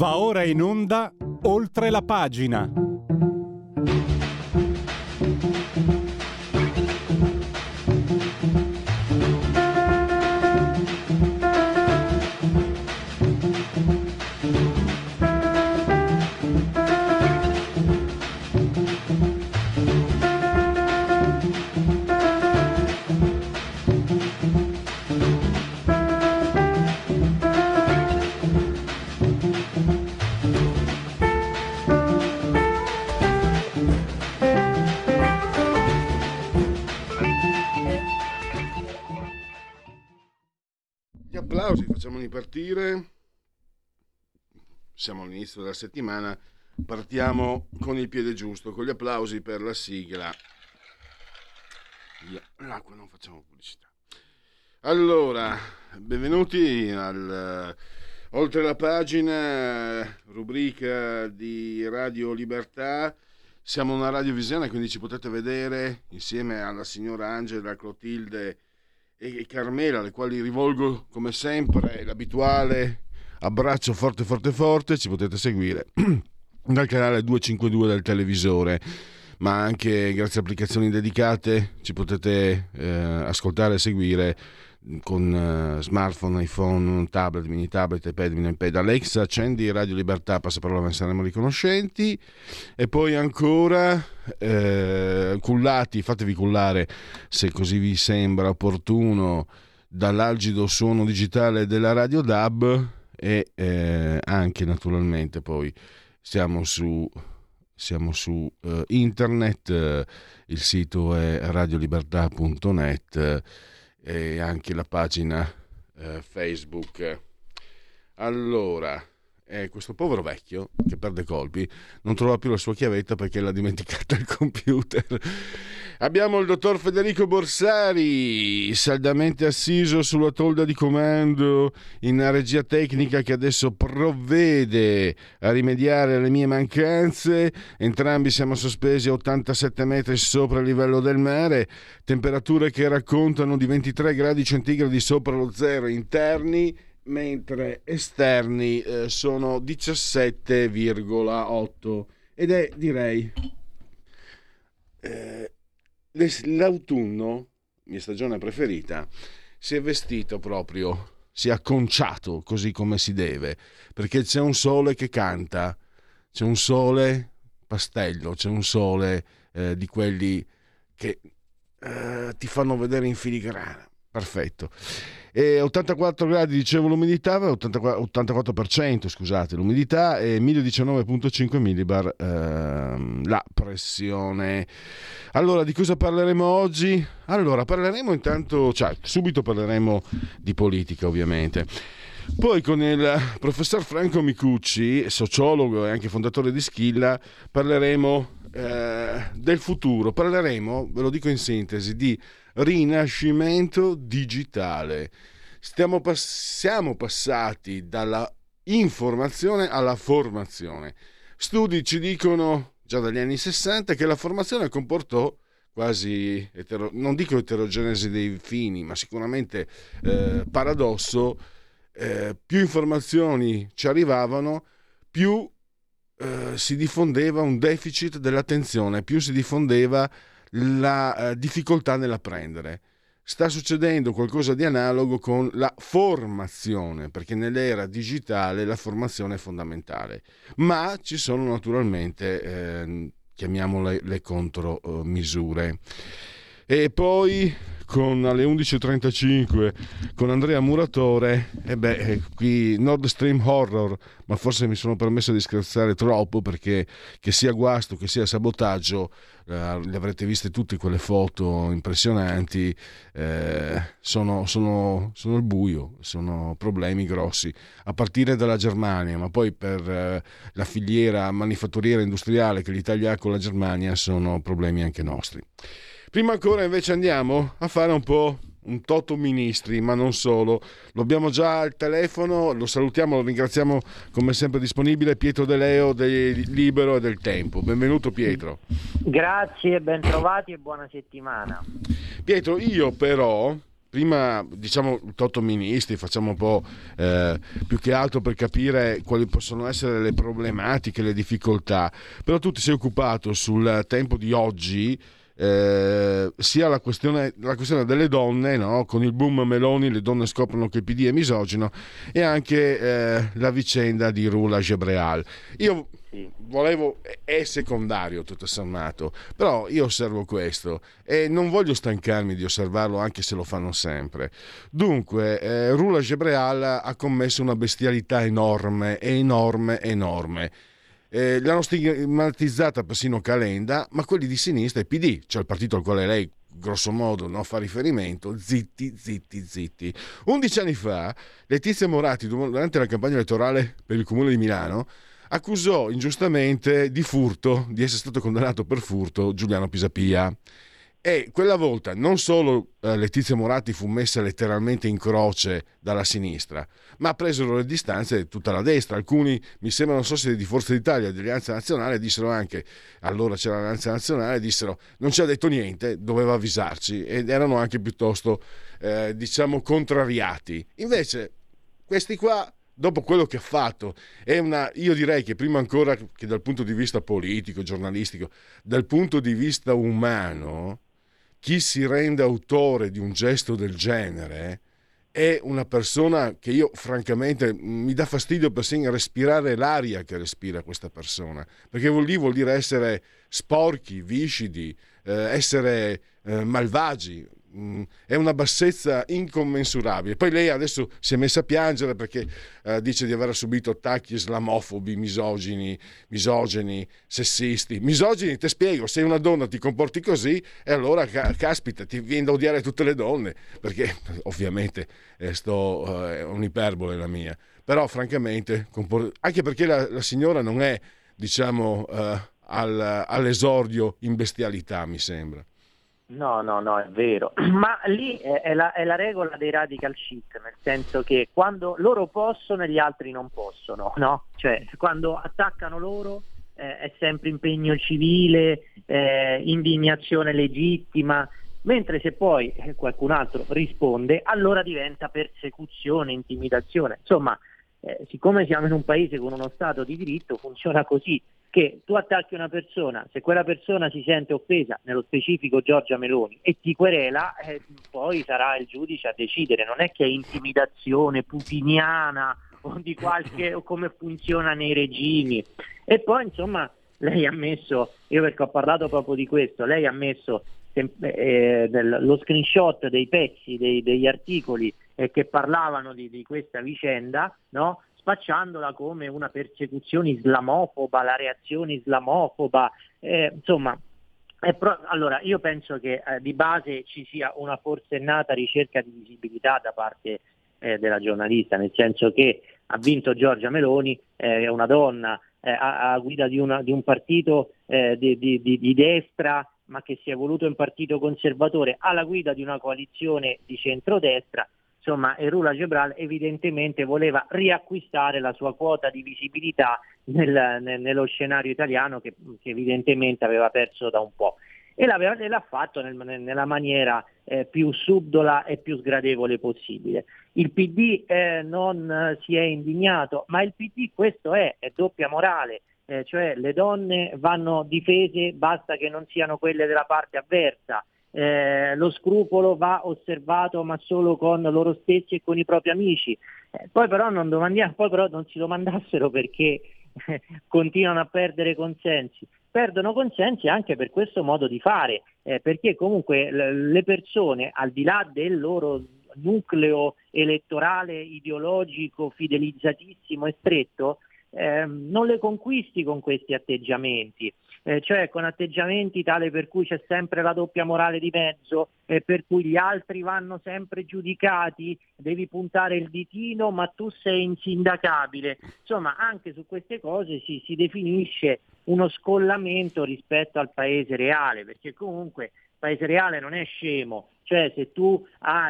Va ora in onda Oltre la pagina. Facciamoli partire. Siamo all'inizio della settimana, partiamo con il piede giusto, con gli applausi per la sigla. L'acqua, non facciamo pubblicità. Allora, benvenuti al Oltre la pagina, rubrica di Radio Libertà. Siamo una radiovisione, quindi ci potete vedere insieme alla signora Angela, Clotilde e Carmela, alle quali rivolgo come sempre l'abituale abbraccio forte forte forte. Ci potete seguire dal canale 252 del televisore, ma anche grazie a applicazioni dedicate ci potete ascoltare e seguire con smartphone, iPhone, tablet, mini tablet, iPad, mini iPad. Alexa, accendi Radio Libertà, passaparola, ne saremo riconoscenti. E poi ancora cullati, fatevi cullare se così vi sembra opportuno dall'algido suono digitale della Radio DAB, e anche naturalmente poi siamo su internet, il sito è radiolibertà.net e anche la pagina Facebook. Allora, questo povero vecchio che perde colpi non trova più la sua chiavetta perché l'ha dimenticata al computer. Abbiamo il dottor Federico Borsari, saldamente assiso sulla tolda di comando in regia tecnica, che adesso provvede a rimediare alle mie mancanze. Entrambi siamo sospesi a 87 metri sopra il livello del mare, temperature che raccontano di 23 gradi centigradi sopra lo zero interni, mentre esterni sono 17,8, ed è, direi, l'autunno, mia stagione preferita. Si è vestito proprio, si è acconciato così come si deve, perché c'è un sole che canta, c'è un sole pastello, c'è un sole di quelli che ti fanno vedere in filigrana. Perfetto. E 84 gradi, dicevo, l'umidità, 84% scusate l'umidità, e 1019,5 millibar la pressione. Allora, di cosa parleremo oggi? Allora, parleremo intanto, subito parleremo di politica, ovviamente. Poi con il professor Franco Micucci, sociologo e anche fondatore di Schilla, parleremo del futuro. Parleremo, ve lo dico in sintesi, di rinascimento digitale. Siamo passati dalla informazione alla formazione. Studi ci dicono già dagli anni 60 che la formazione comportò quasi non dico eterogenesi dei fini, ma sicuramente paradosso. Più informazioni ci arrivavano, più si diffondeva un deficit dell'attenzione, più si diffondeva la difficoltà nell'apprendere. Sta succedendo qualcosa di analogo con la formazione, perché nell'era digitale la formazione è fondamentale, ma ci sono naturalmente chiamiamole le contromisure. E poi con alle 11.35 con Andrea Muratore, qui Nord Stream Horror, ma forse mi sono permesso di scherzare troppo, perché che sia guasto, che sia sabotaggio, le avrete viste tutte quelle foto impressionanti, sono il buio, sono problemi grossi, a partire dalla Germania, ma poi per la filiera manifatturiera industriale che l'Italia ha con la Germania sono problemi anche nostri. Prima ancora invece andiamo a fare un po' un toto ministri, ma non solo. Lo abbiamo già al telefono, lo salutiamo, lo ringraziamo come sempre disponibile, Pietro De Leo del Libero e del Tempo. Benvenuto Pietro. Grazie, ben trovati e buona settimana. Pietro, io però prima diciamo il Toto Ministri, facciamo un po' più che altro per capire quali possono essere le problematiche, le difficoltà, però tu ti sei occupato sul tempo di oggi, sia la questione delle donne, no? Con il boom Meloni le donne scoprono che il PD è misogino, e anche la vicenda di Rula Gebreal. Io è secondario tutto sommato, però io osservo questo e non voglio stancarmi di osservarlo, anche se lo fanno sempre. Dunque Rula Gebreal ha commesso una bestialità enorme. L'hanno stigmatizzata persino Calenda, ma quelli di sinistra e PD, cioè il partito al quale lei grosso modo, no, fa riferimento, zitti. 11 anni fa Letizia Moratti, durante la campagna elettorale per il comune di Milano, accusò ingiustamente di furto, di essere stato condannato per furto, Giuliano Pisapia. E quella volta non solo Letizia Moratti fu messa letteralmente in croce dalla sinistra, ma presero le distanze tutta la destra. Alcuni, mi sembra, non so se di Forza d'Italia o di Alleanza Nazionale, dissero anche, allora c'era l'Alleanza Nazionale, dissero non ci ha detto niente, doveva avvisarci, ed erano anche piuttosto diciamo contrariati. Invece questi qua, dopo quello che ha fatto, io direi che prima ancora che dal punto di vista politico, giornalistico, dal punto di vista umano, chi si rende autore di un gesto del genere è una persona che io francamente mi dà fastidio persino respirare l'aria che respira questa persona, perché vuol dire essere sporchi, viscidi, essere malvagi. È una bassezza incommensurabile. Poi lei adesso si è messa a piangere perché dice di aver subito attacchi islamofobi, misogini, sessisti. Misogini, ti spiego, se una donna ti comporti così, e allora caspita, ti viene da odiare tutte le donne, perché ovviamente è un'iperbole la mia, però francamente anche perché la signora non è, diciamo, all'esordio in bestialità, mi sembra. No, è vero, ma lì è la regola dei radical chic, nel senso che quando loro possono e gli altri non possono, no? Cioè, quando attaccano loro è sempre impegno civile, indignazione legittima, mentre se poi qualcun altro risponde, allora diventa persecuzione, intimidazione. Insomma, siccome siamo in un paese con uno Stato di diritto, funziona così, che tu attacchi una persona, se quella persona si sente offesa, nello specifico Giorgia Meloni, e ti querela, poi sarà il giudice a decidere. Non è che è intimidazione putiniana o di qualche o come funziona nei regimi. E poi insomma lei ha messo, io perché ho parlato proprio di questo, lei ha messo lo screenshot dei pezzi degli articoli che parlavano di questa vicenda, no? Spacciandola come una persecuzione islamofoba, la reazione islamofoba, insomma. Allora, io penso che di base ci sia una forsennata ricerca di visibilità da parte della giornalista, nel senso che ha vinto Giorgia Meloni, è una donna a guida di un partito di destra, ma che si è voluto in partito conservatore, alla guida di una coalizione di centrodestra. Insomma, Rula Gebreal evidentemente voleva riacquistare la sua quota di visibilità nello scenario italiano che evidentemente aveva perso da un po'. E l'ha fatto nella maniera più subdola e più sgradevole possibile. Il PD non si è indignato, ma il PD questo è doppia morale. Cioè le donne vanno difese, basta che non siano quelle della parte avversa. Lo scrupolo va osservato, ma solo con loro stessi e con i propri amici. Poi però non si domandassero perché continuano a perdere consensi. Perdono consensi anche per questo modo di fare, perché comunque le persone, al di là del loro nucleo elettorale ideologico fidelizzatissimo e stretto, non le conquisti con questi atteggiamenti, cioè con atteggiamenti tale per cui c'è sempre la doppia morale di mezzo, per cui gli altri vanno sempre giudicati, devi puntare il ditino ma tu sei insindacabile. Insomma, anche su queste cose si definisce uno scollamento rispetto al paese reale, perché comunque il paese reale non è scemo. Cioè se tu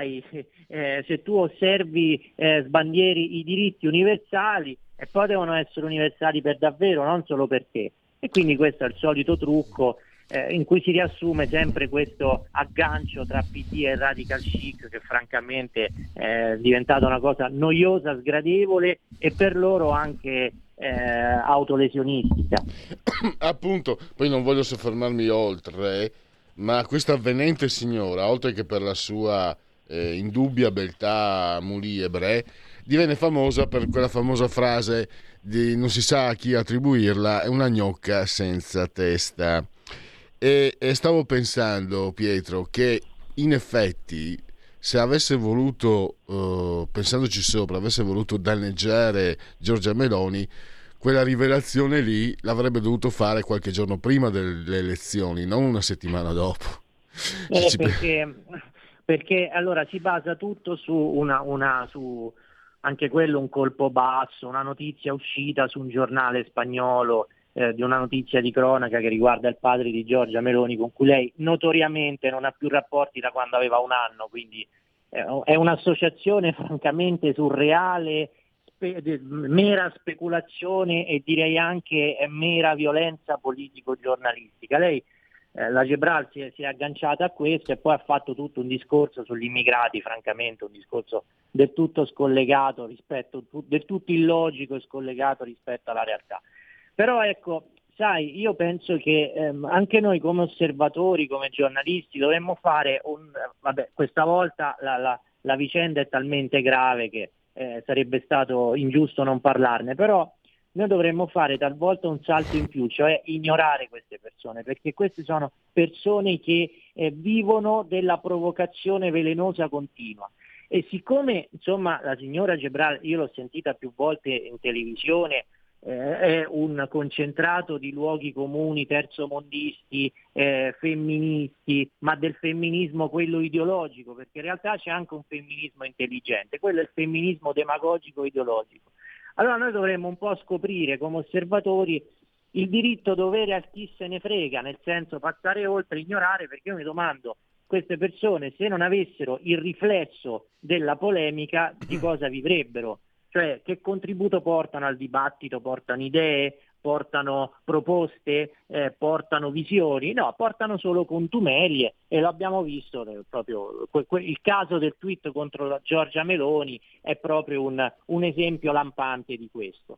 osservi, sbandieri i diritti universali, e poi devono essere universali per davvero, non solo per te. E quindi questo è il solito trucco in cui si riassume sempre questo aggancio tra PD e radical chic, che francamente è diventata una cosa noiosa, sgradevole e per loro anche autolesionistica. Appunto, poi non voglio soffermarmi oltre, ma questa avvenente signora, oltre che per la sua indubbia beltà muliebre, divenne famosa per quella famosa frase di non si sa a chi attribuirla, è una gnocca senza testa. E stavo pensando, Pietro, che in effetti se avesse voluto, pensandoci sopra, avesse voluto danneggiare Giorgia Meloni, quella rivelazione lì l'avrebbe dovuto fare qualche giorno prima delle elezioni, non una settimana dopo. Perché allora si basa tutto su su anche quello un colpo basso, una notizia uscita su un giornale spagnolo, di una notizia di cronaca che riguarda il padre di Giorgia Meloni, con cui lei notoriamente non ha più rapporti da quando aveva un anno, quindi è un'associazione francamente surreale, mera speculazione e direi anche mera violenza politico-giornalistica. Lei, la Gebral, si è agganciata a questo e poi ha fatto tutto un discorso sugli immigrati, francamente un discorso del tutto scollegato del tutto illogico e scollegato rispetto alla realtà. Però ecco, sai, io penso che anche noi come osservatori, come giornalisti, dovremmo fare questa volta la vicenda è talmente grave che sarebbe stato ingiusto non parlarne, però noi dovremmo fare talvolta un salto in più, cioè ignorare queste persone, perché queste sono persone che vivono della provocazione velenosa continua. E siccome insomma la signora Gebral, io l'ho sentita più volte in televisione, è un concentrato di luoghi comuni terzomondisti, femministi, ma del femminismo quello ideologico, perché in realtà c'è anche un femminismo intelligente, quello è il femminismo demagogico ideologico. Allora noi dovremmo un po' scoprire come osservatori il diritto dovere al chi se ne frega, nel senso passare oltre, ignorare, perché io mi domando, queste persone se non avessero il riflesso della polemica di cosa vivrebbero? Cioè che contributo portano al dibattito? Portano idee, portano proposte, portano visioni? No, portano solo contumelie e lo abbiamo visto proprio. Il caso del tweet contro la Giorgia Meloni è proprio un esempio lampante di questo.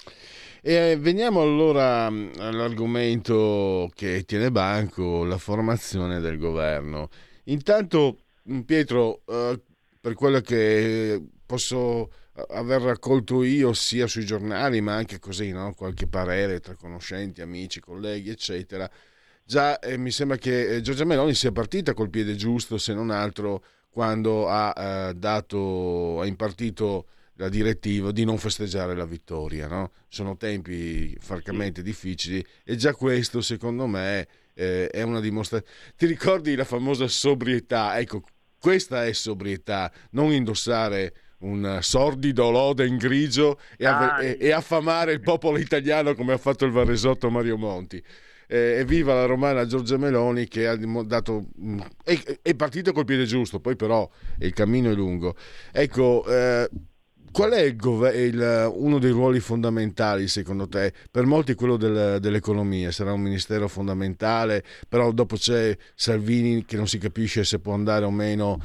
E veniamo allora all'argomento che tiene banco, la formazione del governo. Intanto, Pietro, per quello che posso aver raccolto io sia sui giornali ma anche così, no? Qualche parere tra conoscenti, amici, colleghi eccetera, già mi sembra che Giorgia Meloni sia partita col piede giusto, se non altro quando ha impartito la direttiva di non festeggiare la vittoria, no? Sono tempi francamente difficili e già questo secondo me è una dimostrazione. Ti ricordi la famosa sobrietà? Ecco, questa è sobrietà, non indossare un sordido lode in grigio e affamare il popolo italiano come ha fatto il Varesotto Mario Monti. Evviva la romana Giorgia Meloni che ha dato è partito col piede giusto, poi però il cammino è lungo. Ecco, qual è uno dei ruoli fondamentali secondo te? Per molti quello dell'economia sarà un ministero fondamentale, però dopo c'è Salvini che non si capisce se può andare o meno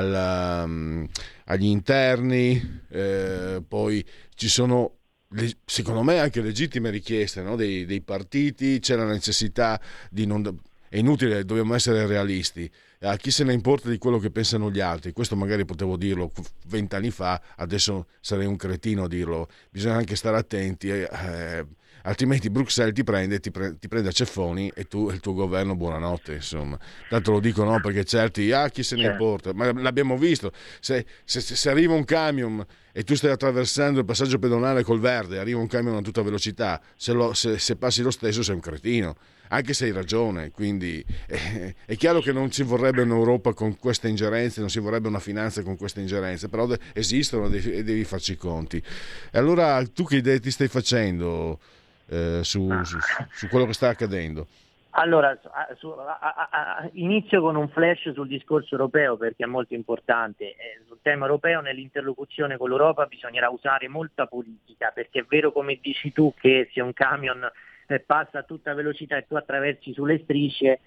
agli interni, poi ci sono secondo me anche legittime richieste, no? dei partiti, c'è la necessità di non... È inutile, dobbiamo essere realisti. A chi se ne importa di quello che pensano gli altri? Questo magari potevo dirlo 20 anni fa, adesso sarei un cretino a dirlo. Bisogna anche stare attenti, altrimenti Bruxelles ti prende a ceffoni e tu e il tuo governo buonanotte, insomma. Tanto lo dico no perché certi, chi se ne importa? Ma l'abbiamo visto, se arriva un camion e tu stai attraversando il passaggio pedonale col verde, arriva un camion a tutta velocità, se passi lo stesso sei un cretino, anche se hai ragione. Quindi è chiaro che non ci vorrebbe un'Europa con queste ingerenze, non si vorrebbe una finanza con queste ingerenze, però esistono e devi farci i conti. E allora tu che idee ti stai facendo su quello che sta accadendo? Allora, inizio con un flash sul discorso europeo perché è molto importante. Sul tema europeo, nell'interlocuzione con l'Europa bisognerà usare molta politica, perché è vero come dici tu che se un camion se passa a tutta velocità e tu attraversi sulle strisce,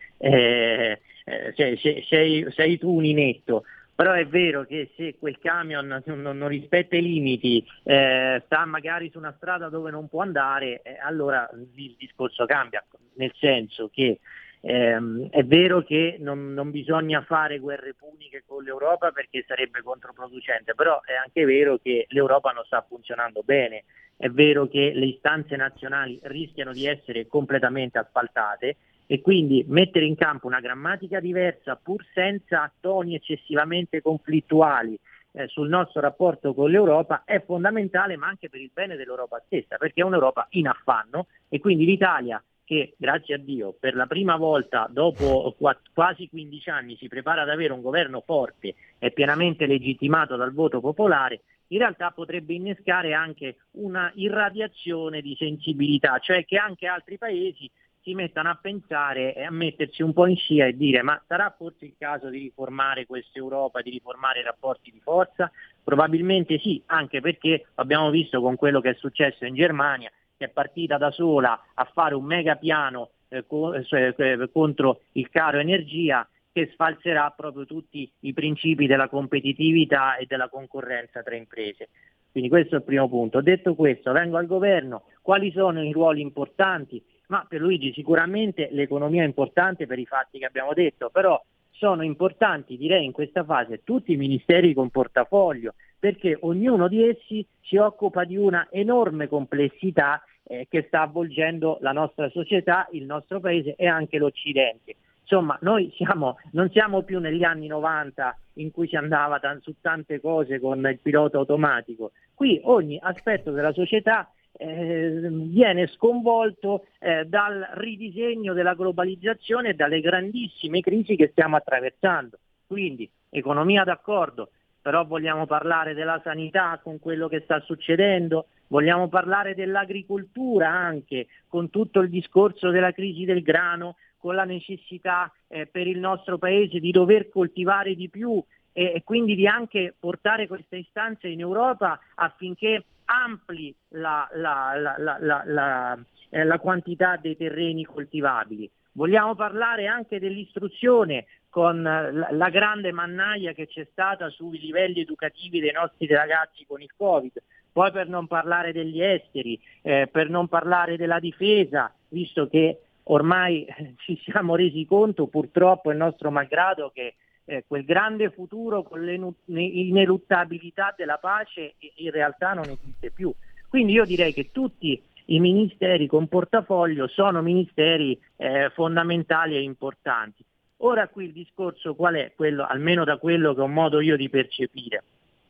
sei tu un inetto. Però è vero che se quel camion non rispetta i limiti, sta magari su una strada dove non può andare, allora il discorso cambia, nel senso che è vero che non bisogna fare guerre puniche con l'Europa perché sarebbe controproducente, però è anche vero che l'Europa non sta funzionando bene, è vero che le istanze nazionali rischiano di essere completamente asfaltate, e quindi mettere in campo una grammatica diversa pur senza toni eccessivamente conflittuali sul nostro rapporto con l'Europa è fondamentale, ma anche per il bene dell'Europa stessa, perché è un'Europa in affanno, e quindi l'Italia, che grazie a Dio per la prima volta dopo quasi 15 anni si prepara ad avere un governo forte e pienamente legittimato dal voto popolare, in realtà potrebbe innescare anche una irradiazione di sensibilità, cioè che anche altri paesi si mettano a pensare e a mettersi un po' in scia e dire: ma sarà forse il caso di riformare questa Europa, di riformare i rapporti di forza? Probabilmente sì, anche perché abbiamo visto con quello che è successo in Germania, che è partita da sola a fare un mega piano contro il caro energia, che sfalserà proprio tutti i principi della competitività e della concorrenza tra imprese. Quindi questo è il primo punto. Detto questo, vengo al governo. Quali sono i ruoli importanti? Ma per Luigi sicuramente l'economia è importante per i fatti che abbiamo detto, però sono importanti, direi in questa fase, tutti i ministeri con portafoglio, perché ognuno di essi si occupa di una enorme complessità che sta avvolgendo la nostra società, il nostro paese e anche l'Occidente. Insomma, noi non siamo più negli anni 90 in cui si andava su tante cose con il pilota automatico. Qui ogni aspetto della società viene sconvolto dal ridisegno della globalizzazione e dalle grandissime crisi che stiamo attraversando. Quindi economia d'accordo, però vogliamo parlare della sanità con quello che sta succedendo, vogliamo parlare dell'agricoltura anche con tutto il discorso della crisi del grano, con la necessità per il nostro paese di dover coltivare di più e quindi di anche portare queste istanze in Europa affinché ampli la quantità dei terreni coltivabili. Vogliamo parlare anche dell'istruzione con la grande mannaia che c'è stata sui livelli educativi dei nostri ragazzi con il Covid, poi per non parlare degli esteri, per non parlare della difesa, visto che ormai ci siamo resi conto, purtroppo il nostro malgrado, che quel grande futuro con l'ineluttabilità della pace in realtà non esiste più. Quindi io direi che tutti i ministeri con portafoglio sono ministeri fondamentali e importanti. Ora qui il discorso qual è? Quello, almeno da quello che ho modo io di percepire,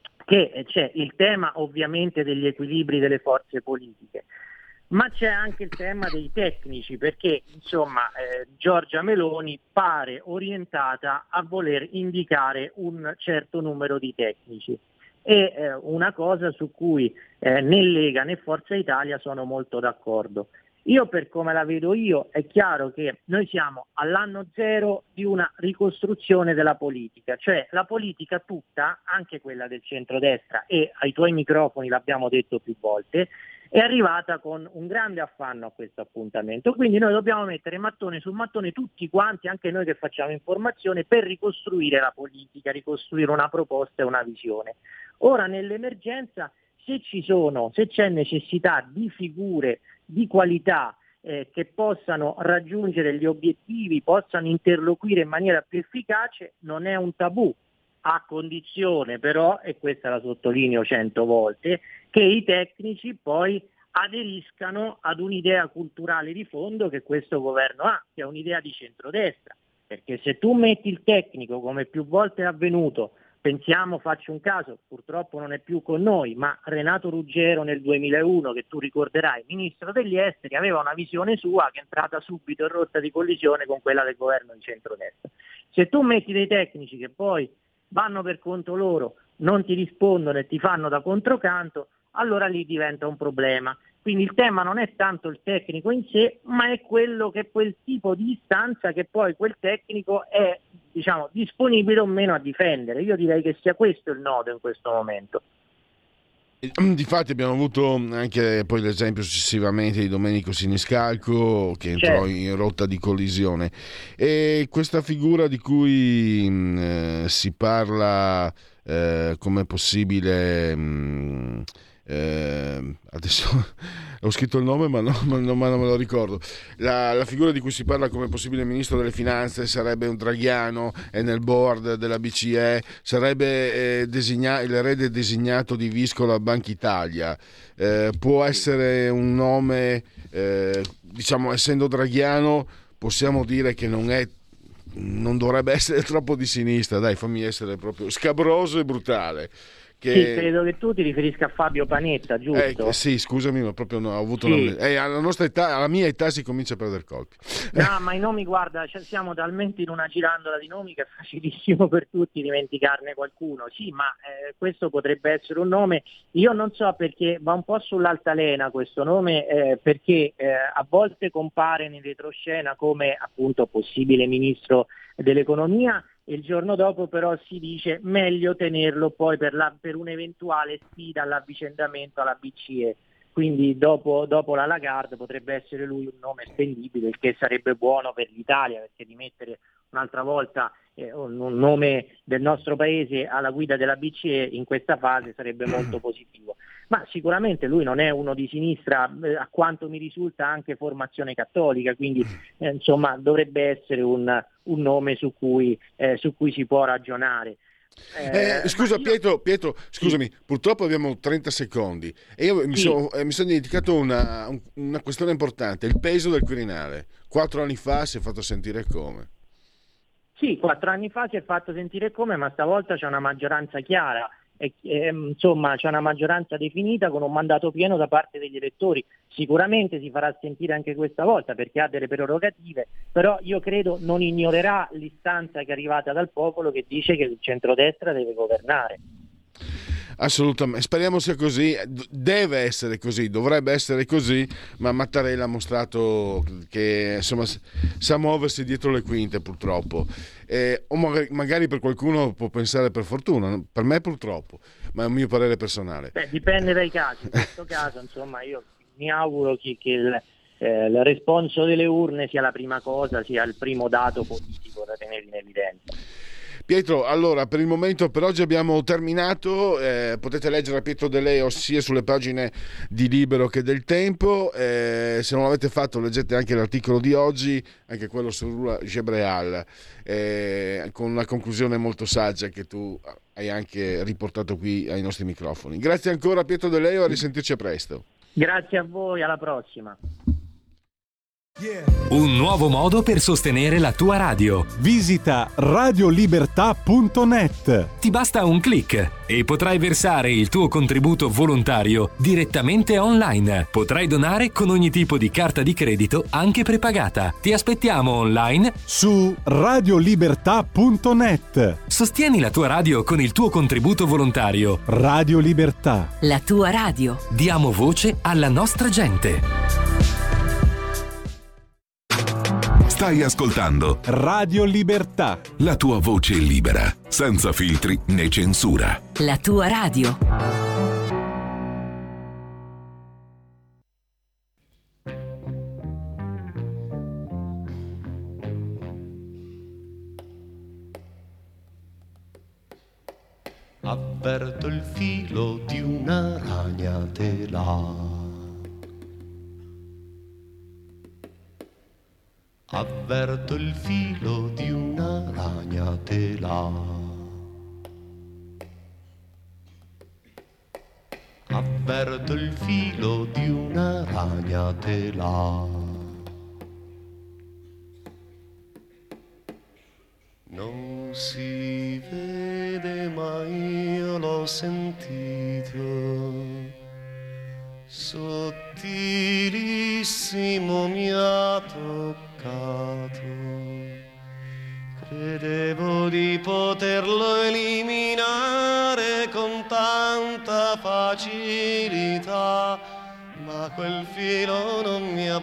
che c'è il tema ovviamente degli equilibri delle forze politiche, ma c'è anche il tema dei tecnici, perché insomma Giorgia Meloni pare orientata a voler indicare un certo numero di tecnici. È una cosa su cui né Lega né Forza Italia sono molto d'accordo. Io, per come la vedo io, è chiaro che noi siamo all'anno zero di una ricostruzione della politica, cioè la politica tutta, anche quella del centrodestra, e ai tuoi microfoni l'abbiamo detto più volte, è arrivata con un grande affanno a questo appuntamento. Quindi noi dobbiamo mettere mattone su mattone tutti quanti, anche noi che facciamo informazione, per ricostruire la politica, ricostruire una proposta e una visione. Ora, nell'emergenza, se c'è necessità di figure di qualità che possano raggiungere gli obiettivi, possano interloquire in maniera più efficace, non è un tabù, a condizione però, e questa la sottolineo 100 volte, che i tecnici poi aderiscano ad un'idea culturale di fondo che questo governo ha, che è un'idea di centrodestra, perché se tu metti il tecnico, come più volte è avvenuto, pensiamo, faccio un caso, purtroppo non è più con noi, ma Renato Ruggero nel 2001, che tu ricorderai, ministro degli esteri, aveva una visione sua che è entrata subito in rotta di collisione con quella del governo di centrodestra. Se tu metti dei tecnici che poi vanno per conto loro, non ti rispondono e ti fanno da controcanto, allora lì diventa un problema. Quindi il tema non è tanto il tecnico in sé, ma è quel tipo di istanza che poi quel tecnico è, disponibile o meno a difendere. Io direi che sia questo il nodo in questo momento. Difatti abbiamo avuto anche poi l'esempio successivamente di Domenico Siniscalco che entrò in rotta di collisione, e questa figura di cui si parla come possibile, adesso ho scritto il nome ma non me lo ricordo, la figura di cui si parla come possibile ministro delle finanze sarebbe un draghiano, è nel board della BCE, sarebbe l'erede designato di Viscola Banca Italia, può essere un nome, diciamo, essendo draghiano possiamo dire che non dovrebbe essere troppo di sinistra, dai, fammi essere proprio scabroso e brutale. Sì, credo che tu ti riferisca a Fabio Panetta, giusto? Sì, scusami, ma proprio no, ho avuto sì. Alla nostra età, alla mia età si comincia a perdere colpi. No, ma i nomi, guarda, siamo talmente in una girandola di nomi che è facilissimo per tutti dimenticarne qualcuno. Sì, ma questo potrebbe essere un nome, io non so perché va un po' sull'altalena questo nome, perché a volte compare in retroscena come appunto possibile ministro dell'economia, e il giorno dopo però si dice meglio tenerlo poi per un'eventuale sfida all'avvicendamento alla BCE. Quindi dopo la Lagarde potrebbe essere lui un nome spendibile, il che sarebbe buono per l'Italia, perché di mettere un'altra volta un nome del nostro paese alla guida della BCE in questa fase sarebbe molto positivo. Ma sicuramente lui non è uno di sinistra, a quanto mi risulta anche formazione cattolica, quindi insomma dovrebbe essere un nome su cui si può ragionare. Scusa Pietro, scusami, sì. Purtroppo abbiamo 30 secondi e io mi sono dimenticato una questione importante, il peso del Quirinale. 4 anni fa si è fatto sentire come? Sì, 4 anni fa si è fatto sentire come, ma stavolta c'è una maggioranza chiara. Insomma c'è una maggioranza definita con un mandato pieno da parte degli elettori. Sicuramente si farà sentire anche questa volta perché ha delle prerogative, però io credo non ignorerà l'istanza che è arrivata dal popolo che dice che il centrodestra deve governare. Assolutamente, speriamo sia così, deve essere così, dovrebbe essere così, ma Mattarella ha mostrato che insomma sa muoversi dietro le quinte purtroppo, o magari per qualcuno può pensare per fortuna, per me purtroppo, ma è un mio parere personale. Dipende dai casi, in questo caso insomma io mi auguro che il responso delle urne sia la prima cosa, sia il primo dato politico da tenere in evidenza. Pietro, allora per il momento per oggi abbiamo terminato, potete leggere Pietro De Leo sia sulle pagine di Libero che del Tempo, se non l'avete fatto leggete anche l'articolo di oggi, anche quello su Gebreal, con una conclusione molto saggia che tu hai anche riportato qui ai nostri microfoni. Grazie ancora Pietro De Leo, a risentirci a presto. Grazie a voi, alla prossima. Un nuovo modo per sostenere la tua radio. Visita radiolibertà.net. Ti basta un click e potrai versare il tuo contributo volontario direttamente online. Potrai donare con ogni tipo di carta di credito, anche prepagata. Ti aspettiamo online su radiolibertà.net. Sostieni la tua radio con il tuo contributo volontario. Radio Libertà. La tua radio. Diamo voce alla nostra gente. Stai ascoltando Radio Libertà. La tua voce libera, senza filtri né censura. La tua radio. Avverto il filo di una ragnatela. Avverto il filo di una ragnatela. Avverto il filo di una ragnatela. Non si vede ma io l'ho sentito. Sottilissimo mi ha toccato. Credevo di poterlo eliminare con tanta facilità, ma quel filo non mi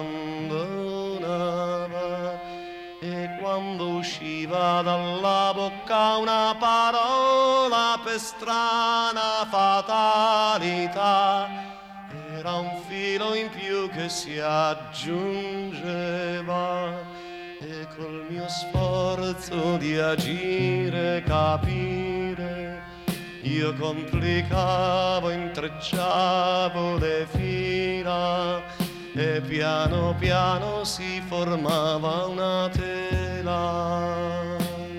abbandonava. E quando usciva dalla bocca una parola per strana fatalità era un filo in più che si aggiungeva, e col mio sforzo di agire, capire, io complicavo, intrecciavo le fila, e piano piano si formava una tela.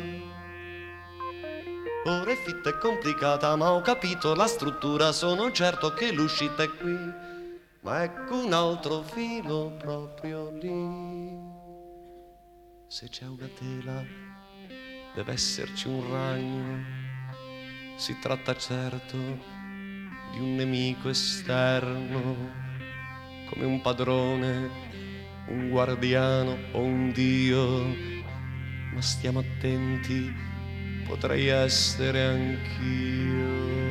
Ora è fitta e complicata, ma ho capito la struttura, sono certo che l'uscita è qui, ma ecco un altro filo proprio lì. Se c'è una tela deve esserci un ragno, si tratta certo di un nemico esterno, come un padrone, un guardiano o un dio, ma stiamo attenti, potrei essere anch'io.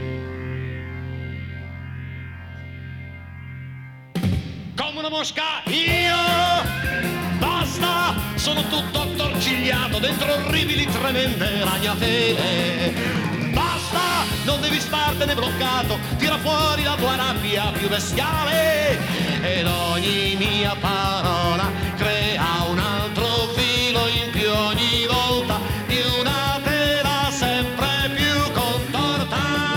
Come una mosca io, basta, sono tutto attorcigliato dentro orribili tremende ragnatele. Basta, non devi startene bloccato, tira fuori la tua rabbia più bestiale, ed ogni mia parola crea un altro filo in più ogni volta, di una tela sempre più contorta.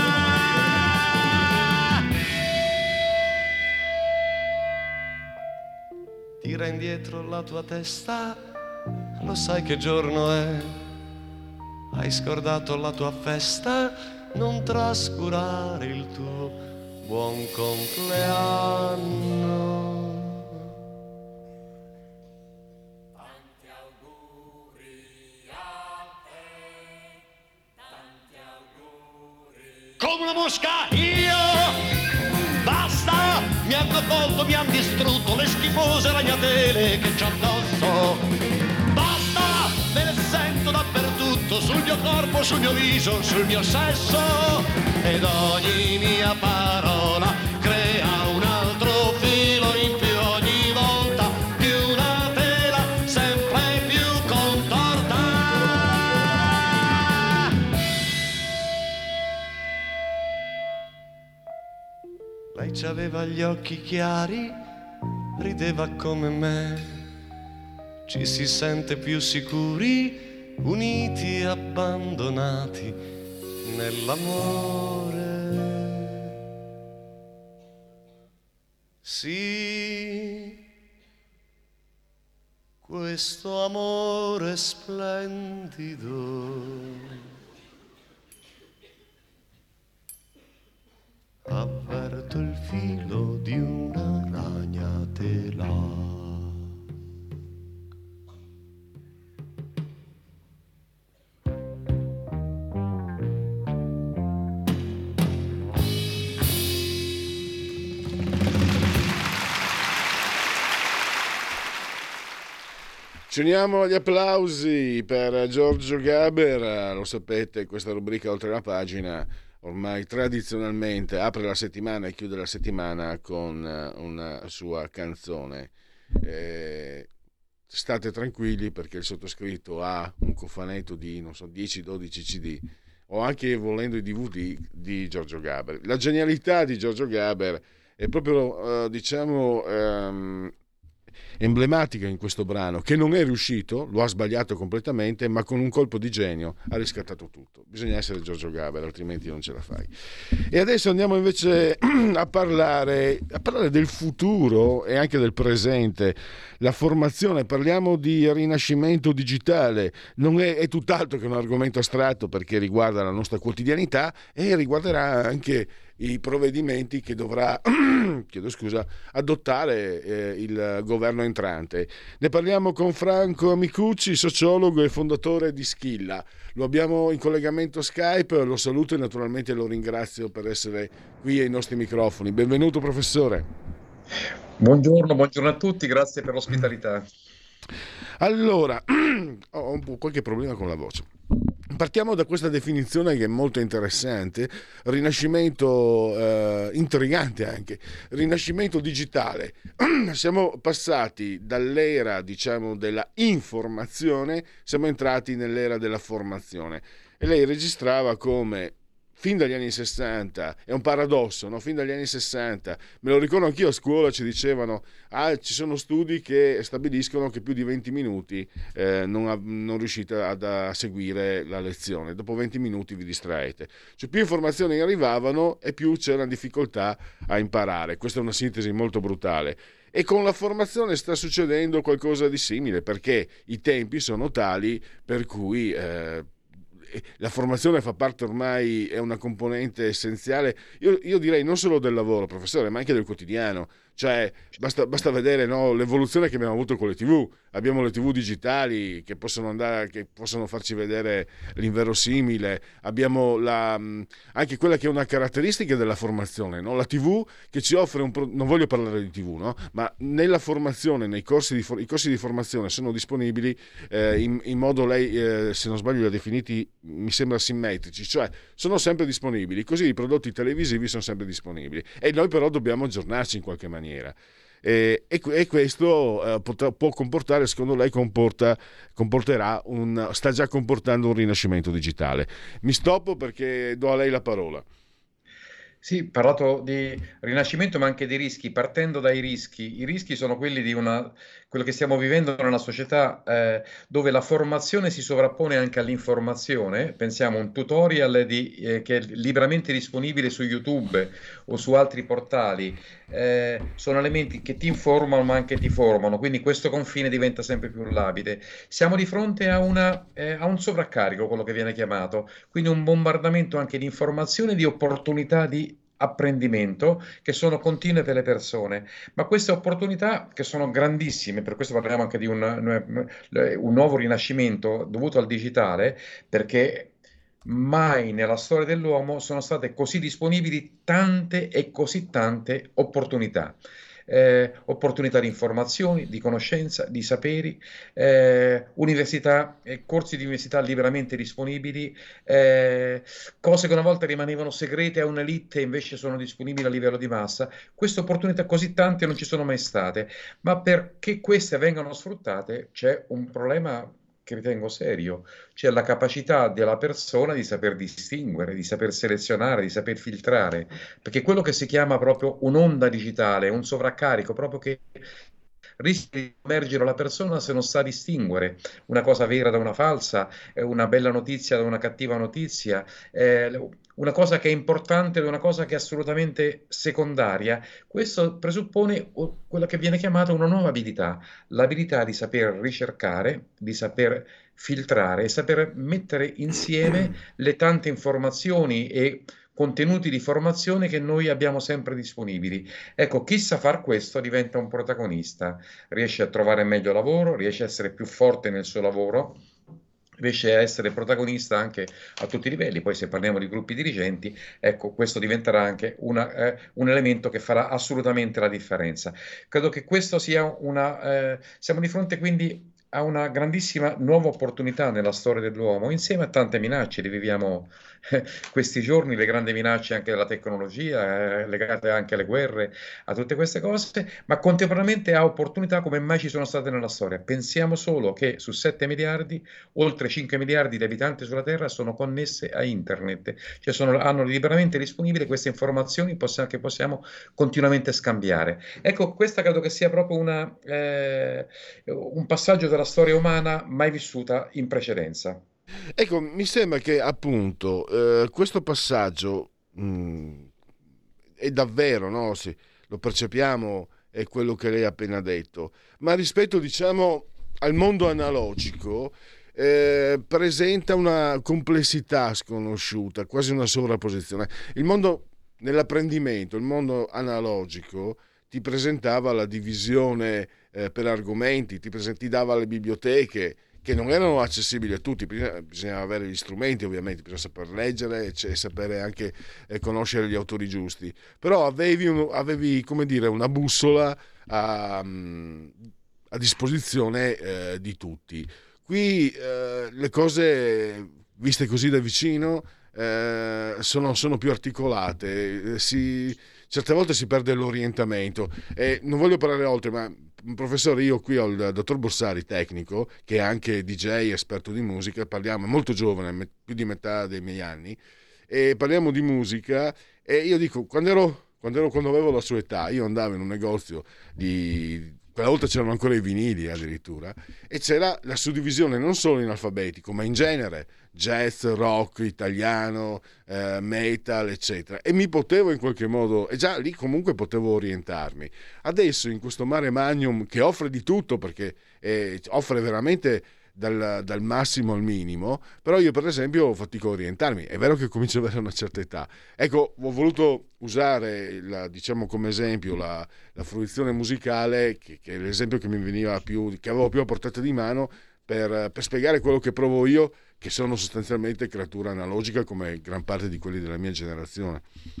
Tira indietro la tua testa, lo sai che giorno è? Hai scordato la tua festa? Non trascurare il tuo buon compleanno. Tanti auguri a te, tanti auguri. Come una mosca io, basta, mi hanno colto, mi hanno distrutto le schifose ragnatele che c'ho addosso. Basta, me ne sento dappertutto, sul mio corpo, sul mio viso, sul mio sesso, ed ogni mia parola crea un altro filo in più ogni volta, di una tela sempre più contorta. Lei c'aveva gli occhi chiari, rideva come me, ci si sente più sicuri, uniti, abbandonati nell'amore. Sì, questo amore splendido avverto il filo di una ragnatela. Ci uniamo agli applausi per Giorgio Gaber. Lo sapete, questa rubrica Oltre la pagina ormai tradizionalmente apre la settimana e chiude la settimana con una sua canzone. State tranquilli perché il sottoscritto ha un cofanetto di, non so, 10-12 CD o anche, volendo, i DVD di Giorgio Gaber. La genialità di Giorgio Gaber è proprio, emblematica in questo brano, che non è riuscito, lo ha sbagliato completamente, ma con un colpo di genio ha riscattato tutto. Bisogna essere Giorgio Gaber, altrimenti non ce la fai. E adesso andiamo invece a parlare del futuro e anche del presente, la formazione. Parliamo di rinascimento digitale, non è tutt'altro che un argomento astratto, perché riguarda la nostra quotidianità e riguarderà anche i provvedimenti che dovrà adottare il governo entrante. Ne parliamo con Franco Micucci, sociologo e fondatore di Schilla. Lo abbiamo in collegamento Skype, lo saluto e naturalmente lo ringrazio per essere qui ai nostri microfoni. Benvenuto professore. Buongiorno a tutti, grazie per l'ospitalità. Allora, ho un po' qualche problema con la voce. Partiamo da questa definizione che è molto interessante, rinascimento intrigante anche, rinascimento digitale. Siamo passati dall'era, diciamo, della informazione, siamo entrati nell'era della formazione. E lei registrava come fin dagli anni 60, è un paradosso, no? Fin dagli anni 60, me lo ricordo anch'io a scuola, ci dicevano ci sono studi che stabiliscono che più di 20 minuti non riuscite a seguire la lezione, dopo 20 minuti vi distraete, cioè più informazioni arrivavano e più c'era difficoltà a imparare. Questa è una sintesi molto brutale. E con la formazione sta succedendo qualcosa di simile, perché i tempi sono tali per cui la formazione fa parte ormai, è una componente essenziale, io direi non solo del lavoro, professore, ma anche del quotidiano. Cioè basta vedere, no, l'evoluzione che abbiamo avuto con le TV. Abbiamo le TV digitali che possono farci vedere l'inverosimile. Abbiamo anche quella che è una caratteristica della formazione, no? La TV che ci offre non voglio parlare di TV, no? Ma nella formazione, i corsi di formazione sono disponibili in modo, lei se non sbaglio li ha definiti, mi sembra, simmetrici, cioè sono sempre disponibili, così i prodotti televisivi sono sempre disponibili, e noi però dobbiamo aggiornarci in qualche maniera. E questo può comportare, secondo lei sta già comportando un rinascimento digitale. Mi stoppo perché do a lei la parola. Sì, parlato di rinascimento ma anche di rischi, partendo dai rischi. I rischi sono quelli di quello che stiamo vivendo nella società dove la formazione si sovrappone anche all'informazione. Pensiamo a un tutorial che è liberamente disponibile su YouTube o su altri portali. Sono elementi che ti informano ma anche ti formano, quindi questo confine diventa sempre più labile. Siamo di fronte a un sovraccarico, quello che viene chiamato, quindi un bombardamento anche di informazione, di opportunità di apprendimento che sono continue per le persone, ma queste opportunità che sono grandissime, per questo parliamo anche di un nuovo rinascimento dovuto al digitale, perché mai nella storia dell'uomo sono state così disponibili tante e così tante opportunità. Opportunità di informazioni, di conoscenza, di saperi, università, corsi di università liberamente disponibili, cose che una volta rimanevano segrete a un'elite e invece sono disponibili a livello di massa. Queste opportunità così tante non ci sono mai state, ma perché queste vengano sfruttate c'è un problema che ritengo serio, cioè la capacità della persona di saper distinguere, di saper selezionare, di saper filtrare, perché quello che si chiama proprio un'onda digitale, un sovraccarico, proprio che rischia di immergere la persona se non sa distinguere una cosa vera da una falsa, una bella notizia da una cattiva notizia, una cosa che è importante da una cosa che è assolutamente secondaria. Questo presuppone quella che viene chiamata una nuova abilità, l'abilità di saper ricercare, di saper filtrare e saper mettere insieme le tante informazioni e contenuti di formazione che noi abbiamo sempre disponibili. Ecco, chi sa far questo diventa un protagonista, riesce a trovare meglio lavoro, riesce a essere più forte nel suo lavoro, riesce a essere protagonista anche a tutti i livelli. Poi se parliamo di gruppi dirigenti, ecco, questo diventerà anche un elemento che farà assolutamente la differenza. Credo che questo sia siamo di fronte quindi a una grandissima nuova opportunità nella storia dell'uomo, insieme a tante minacce. Li viviamo questi giorni, le grandi minacce anche della tecnologia, legate anche alle guerre, a tutte queste cose, ma contemporaneamente ha opportunità come mai ci sono state nella storia. Pensiamo solo che su 7 miliardi, oltre 5 miliardi di abitanti sulla Terra sono connesse a internet, cioè hanno liberamente disponibili queste informazioni che possiamo continuamente scambiare. Ecco, questa credo che sia proprio un passaggio della storia umana mai vissuta in precedenza. Ecco, mi sembra che appunto questo passaggio è davvero, no? Sì, lo percepiamo, è quello che lei ha appena detto, ma rispetto, diciamo, al mondo analogico presenta una complessità sconosciuta, quasi una sovrapposizione. Il mondo nell'apprendimento, il mondo analogico ti presentava la divisione per argomenti, ti dava le biblioteche che non erano accessibili a tutti, bisognava avere gli strumenti, ovviamente, bisogna saper leggere e sapere anche conoscere gli autori giusti, però avevi come dire, una bussola a disposizione di tutti. Qui le cose, viste così da vicino, sono più articolate, certe volte si perde l'orientamento. Non voglio parlare oltre, ma professore, io qui ho il dottor Borsari, tecnico, che è anche DJ, esperto di musica, parliamo, è molto giovane, più di metà dei miei anni, e parliamo di musica, e io dico, quando avevo la sua età, io andavo in un negozio quella volta c'erano ancora i vinili addirittura, e c'era la suddivisione non solo in alfabetico, ma in genere, jazz, rock, italiano, metal, eccetera, e mi potevo in qualche modo, e già lì comunque potevo orientarmi. Adesso in questo mare magnum che offre di tutto, perché offre veramente dal massimo al minimo, però io per esempio fatico a orientarmi. È vero che comincio ad avere una certa età, ecco, ho voluto usare diciamo come esempio la fruizione musicale, che è l'esempio che mi veniva che avevo più a portata di mano per spiegare quello che provo io, che sono sostanzialmente creatura analogica come gran parte di quelli della mia generazione.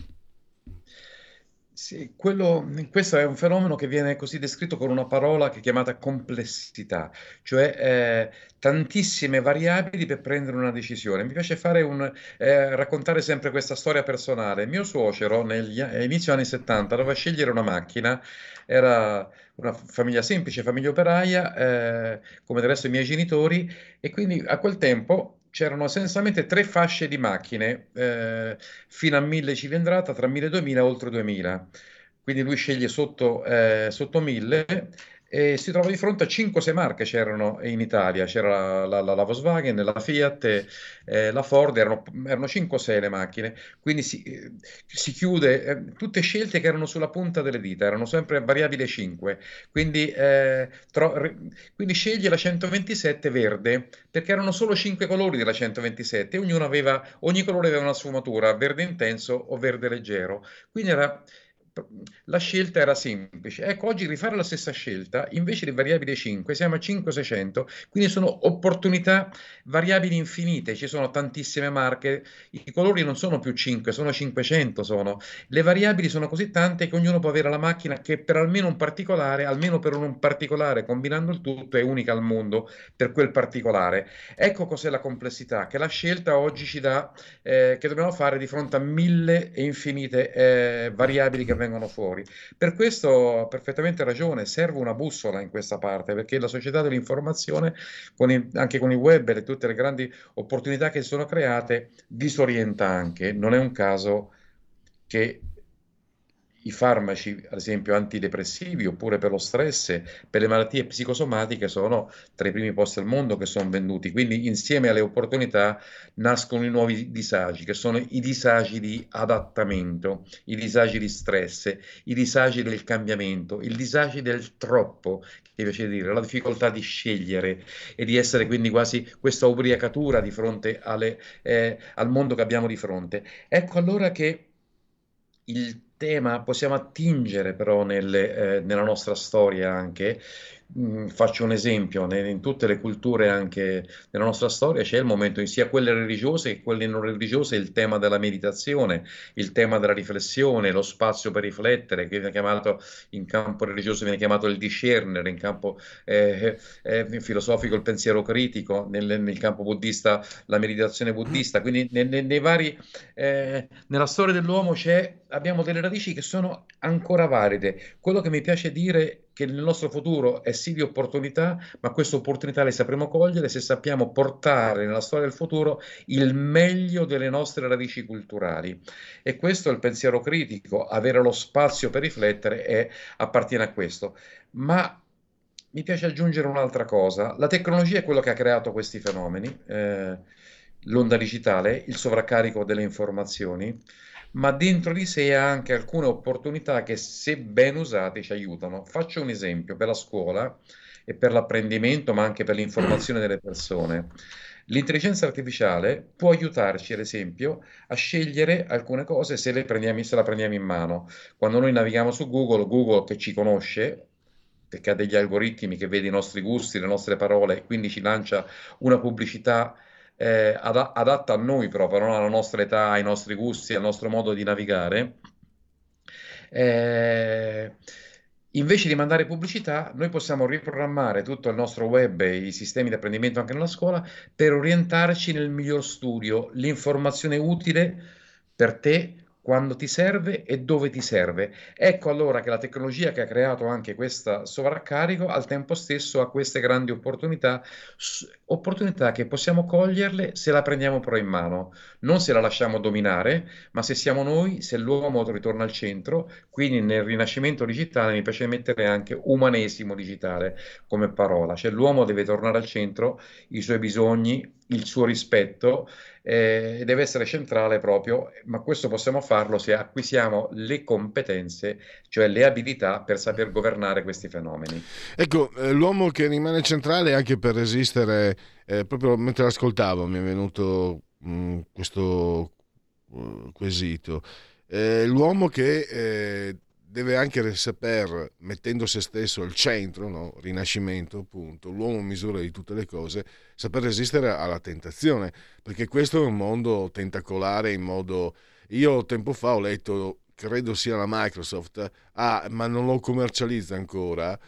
Sì, questo è un fenomeno che viene così descritto con una parola che è chiamata complessità, cioè tantissime variabili per prendere una decisione. Mi piace raccontare sempre questa storia personale. Mio suocero, inizio anni 70, doveva scegliere una macchina, era una famiglia semplice, famiglia operaia, come del resto i miei genitori, e quindi a quel tempo c'erano essenzialmente 3 fasce di macchine, fino a 1000 cilindrata, tra 1000 e 2000, oltre 2000. Quindi lui sceglie sotto 1000 e si trova di fronte a 5-6 marche c'erano in Italia. C'era la Volkswagen, la Fiat, la Ford, erano 5-6 le macchine. Quindi si chiude, tutte scelte che erano sulla punta delle dita, erano sempre variabile 5. Quindi sceglie la 127 verde, perché erano solo 5 colori della 127 e ogni colore aveva una sfumatura, verde intenso o verde leggero. Quindi la scelta era semplice. Ecco, oggi rifare la stessa scelta, invece di variabile 5, siamo a 5-600, quindi sono opportunità variabili infinite, ci sono tantissime marche, i colori non sono più 5, sono 500, le variabili sono così tante che ognuno può avere la macchina che per almeno per un particolare, combinando il tutto, è unica al mondo per quel particolare. Ecco cos'è la complessità, che la scelta oggi ci dà, che dobbiamo fare di fronte a 1000 e infinite variabili che vengono fuori. Per questo ha perfettamente ragione, serve una bussola in questa parte, perché la società dell'informazione, anche con il web e tutte le grandi opportunità che si sono create, disorienta anche. Non è un caso che i farmaci, ad esempio antidepressivi, oppure per lo stress, per le malattie psicosomatiche, sono tra i primi posti al mondo che sono venduti. Quindi insieme alle opportunità nascono i nuovi disagi, che sono i disagi di adattamento, i disagi di stress, i disagi del cambiamento, i disagi del troppo, che mi piace dire, la difficoltà di scegliere e di essere quindi quasi questa ubriacatura di fronte al mondo che abbiamo di fronte. Ecco allora che il tema possiamo attingere però nella nostra storia anche. Faccio un esempio, in tutte le culture anche nella nostra storia c'è il momento, sia quelle religiose che quelle non religiose, il tema della meditazione, il tema della riflessione, lo spazio per riflettere, che viene chiamato in campo religioso viene chiamato il discernere, in campo filosofico il pensiero critico, nel campo buddista la meditazione buddista. Quindi nella storia dell'uomo abbiamo delle radici che sono ancora valide. Quello che mi piace dire che nel nostro futuro è sì di opportunità, ma queste opportunità le sapremo cogliere se sappiamo portare nella storia del futuro il meglio delle nostre radici culturali. E questo è il pensiero critico, avere lo spazio per riflettere appartiene a questo. Ma mi piace aggiungere un'altra cosa: la tecnologia è quello che ha creato questi fenomeni, l'onda digitale, il sovraccarico delle informazioni, ma dentro di sé ha anche alcune opportunità che, se ben usate, ci aiutano. Faccio un esempio per la scuola e per l'apprendimento, ma anche per l'informazione delle persone. L'intelligenza artificiale può aiutarci, ad esempio, a scegliere alcune cose se la prendiamo in mano. Quando noi navighiamo su Google che ci conosce, perché ha degli algoritmi che vede i nostri gusti, le nostre parole, e quindi ci lancia una pubblicità adatta a noi proprio, non alla nostra età, ai nostri gusti, al nostro modo di navigare. Invece di mandare pubblicità, noi possiamo riprogrammare tutto il nostro web e i sistemi di apprendimento anche nella scuola per orientarci nel miglior studio, l'informazione utile per te quando ti serve e dove ti serve. Ecco allora che la tecnologia che ha creato anche questo sovraccarico al tempo stesso ha queste grandi opportunità, opportunità che possiamo coglierle se la prendiamo però in mano, non se la lasciamo dominare, ma se siamo noi, se l'uomo ritorna al centro, quindi nel rinascimento digitale mi piace mettere anche umanesimo digitale come parola, cioè l'uomo deve tornare al centro, i suoi bisogni, il suo rispetto, deve essere centrale proprio, ma questo possiamo farlo se acquisiamo le competenze, cioè le abilità per saper governare questi fenomeni. Ecco, l'uomo che rimane centrale anche per resistere, proprio mentre l'ascoltavo mi è venuto questo quesito. L'uomo che deve anche saper, mettendo se stesso al centro, no? Rinascimento, appunto, l'uomo misura di tutte le cose, saper resistere alla tentazione, perché questo è un mondo tentacolare in modo... Io tempo fa ho letto, credo sia la Microsoft, ma non lo commercializza ancora,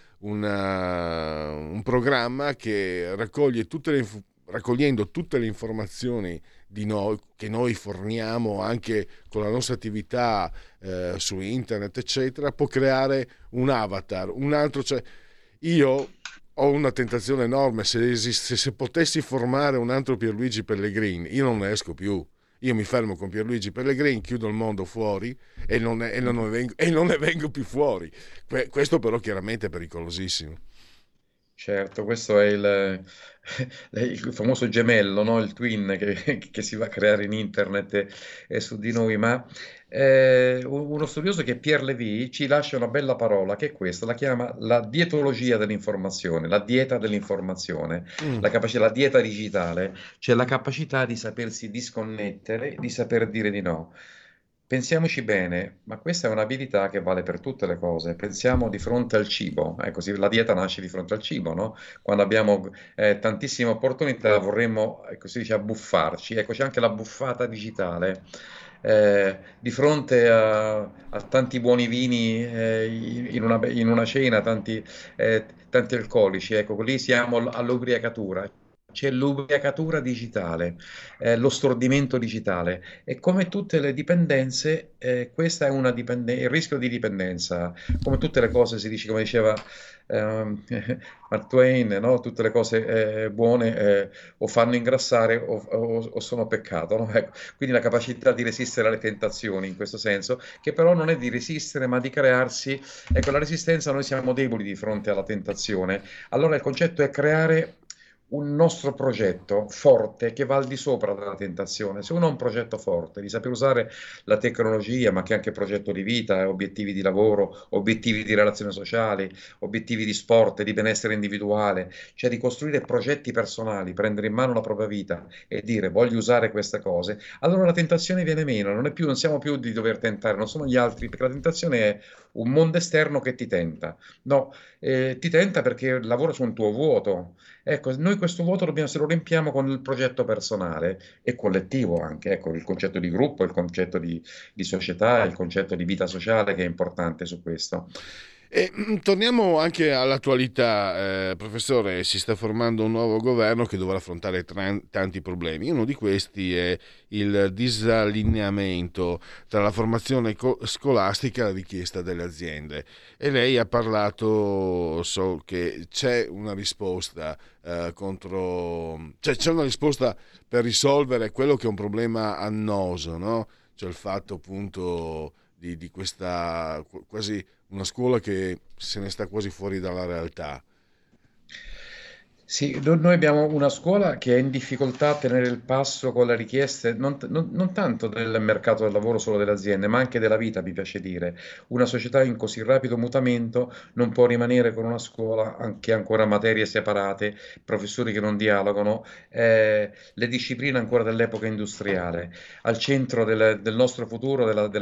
un programma che raccoglie raccogliendo tutte le informazioni di noi, che noi forniamo anche con la nostra attività su internet, eccetera, può creare un avatar, un altro. Cioè, io ho una tentazione enorme, se potessi formare un altro Pierluigi Pellegrini, io non ne esco più. Io mi fermo con Pierluigi Pellegrini, chiudo il mondo fuori e non ne vengo più fuori. Questo però chiaramente è pericolosissimo. Certo, questo è il famoso gemello, no? Il twin che si va a creare in internet su di noi, ma uno studioso che è Pierre Lévy ci lascia una bella parola che è questa, la chiama la dietologia dell'informazione, la dieta dell'informazione, la dieta digitale, cioè la capacità di sapersi disconnettere, di saper dire di no. Pensiamoci bene, ma questa è un'abilità che vale per tutte le cose. Pensiamo di fronte al cibo, ecco, la dieta nasce di fronte al cibo, no? Quando abbiamo tantissime opportunità vorremmo, si dice, abbuffarci. Ecco, c'è anche la buffata digitale. Di fronte a tanti buoni vini in una cena, tanti alcolici, ecco, lì siamo all'ubriacatura. C'è l'ubriacatura digitale, lo stordimento digitale e come tutte le dipendenze, questa è il rischio di dipendenza, come tutte le cose si dice, come diceva Mark Twain, no? Tutte le cose buone o fanno ingrassare o sono peccato, no? Ecco, quindi la capacità di resistere alle tentazioni in questo senso, che però non è di resistere ma di crearsi, ecco la resistenza, noi siamo deboli di fronte alla tentazione, allora il concetto è creare un nostro progetto forte che va al di sopra della tentazione. Se uno ha un progetto forte di saper usare la tecnologia, ma che è anche progetto di vita, obiettivi di lavoro, obiettivi di relazioni sociali, obiettivi di sport, di benessere individuale, cioè di costruire progetti personali, prendere in mano la propria vita e dire voglio usare queste cose, allora la tentazione viene meno, non siamo più di dover tentare, non sono gli altri, perché la tentazione è un mondo esterno che ti tenta. No, ti tenta perché lavora su un tuo vuoto. Ecco, noi questo vuoto se lo riempiamo con il progetto personale e collettivo anche, ecco, il concetto di gruppo, il concetto di società, il concetto di vita sociale che è importante su questo. E torniamo anche all'attualità, professore. Si sta formando un nuovo governo che dovrà affrontare tanti problemi. Uno di questi è il disallineamento tra la formazione scolastica e la richiesta delle aziende. E lei ha parlato, so che c'è una risposta c'è una risposta per risolvere quello che è un problema annoso, no? Cioè il fatto appunto di questa quasi una scuola che se ne sta quasi fuori dalla realtà. Sì, noi abbiamo una scuola che è in difficoltà a tenere il passo con le richieste, non tanto del mercato del lavoro, solo delle aziende, ma anche della vita, mi piace dire. Una società in così rapido mutamento non può rimanere con una scuola che ha ancora materie separate, professori che non dialogano, le discipline ancora dell'epoca industriale. Al centro del nostro futuro,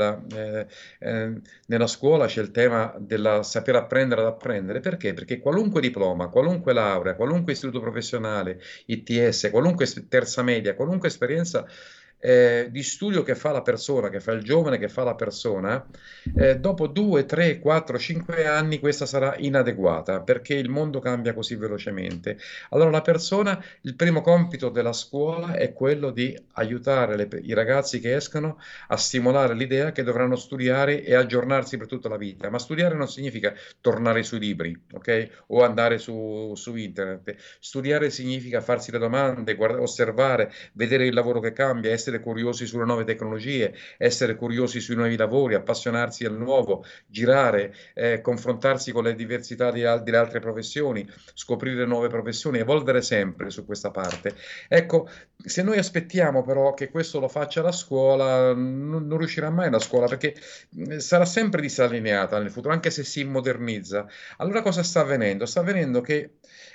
nella scuola c'è il tema della saper apprendere ad apprendere. Perché? Perché qualunque diploma, qualunque laurea, qualunque istituto professionale, ITS, qualunque terza media, qualunque esperienza di studio che fa la persona, che fa il giovane, che fa la persona, dopo 2, 3, 4, 5 anni questa sarà inadeguata perché il mondo cambia così velocemente. Allora la persona, il primo compito della scuola è quello di aiutare i ragazzi che escono a stimolare l'idea che dovranno studiare e aggiornarsi per tutta la vita, ma studiare non significa tornare sui libri, ok? O andare su internet. Studiare significa farsi le domande, osservare, vedere il lavoro che cambia, essere curiosi sulle nuove tecnologie, essere curiosi sui nuovi lavori, appassionarsi al nuovo, girare, confrontarsi con le diversità delle altre professioni, scoprire nuove professioni, evolvere sempre su questa parte. Ecco, se noi aspettiamo però che questo lo faccia la scuola, non riuscirà mai la scuola perché sarà sempre disallineata nel futuro, anche se si modernizza. Allora cosa sta avvenendo? Sta avvenendo che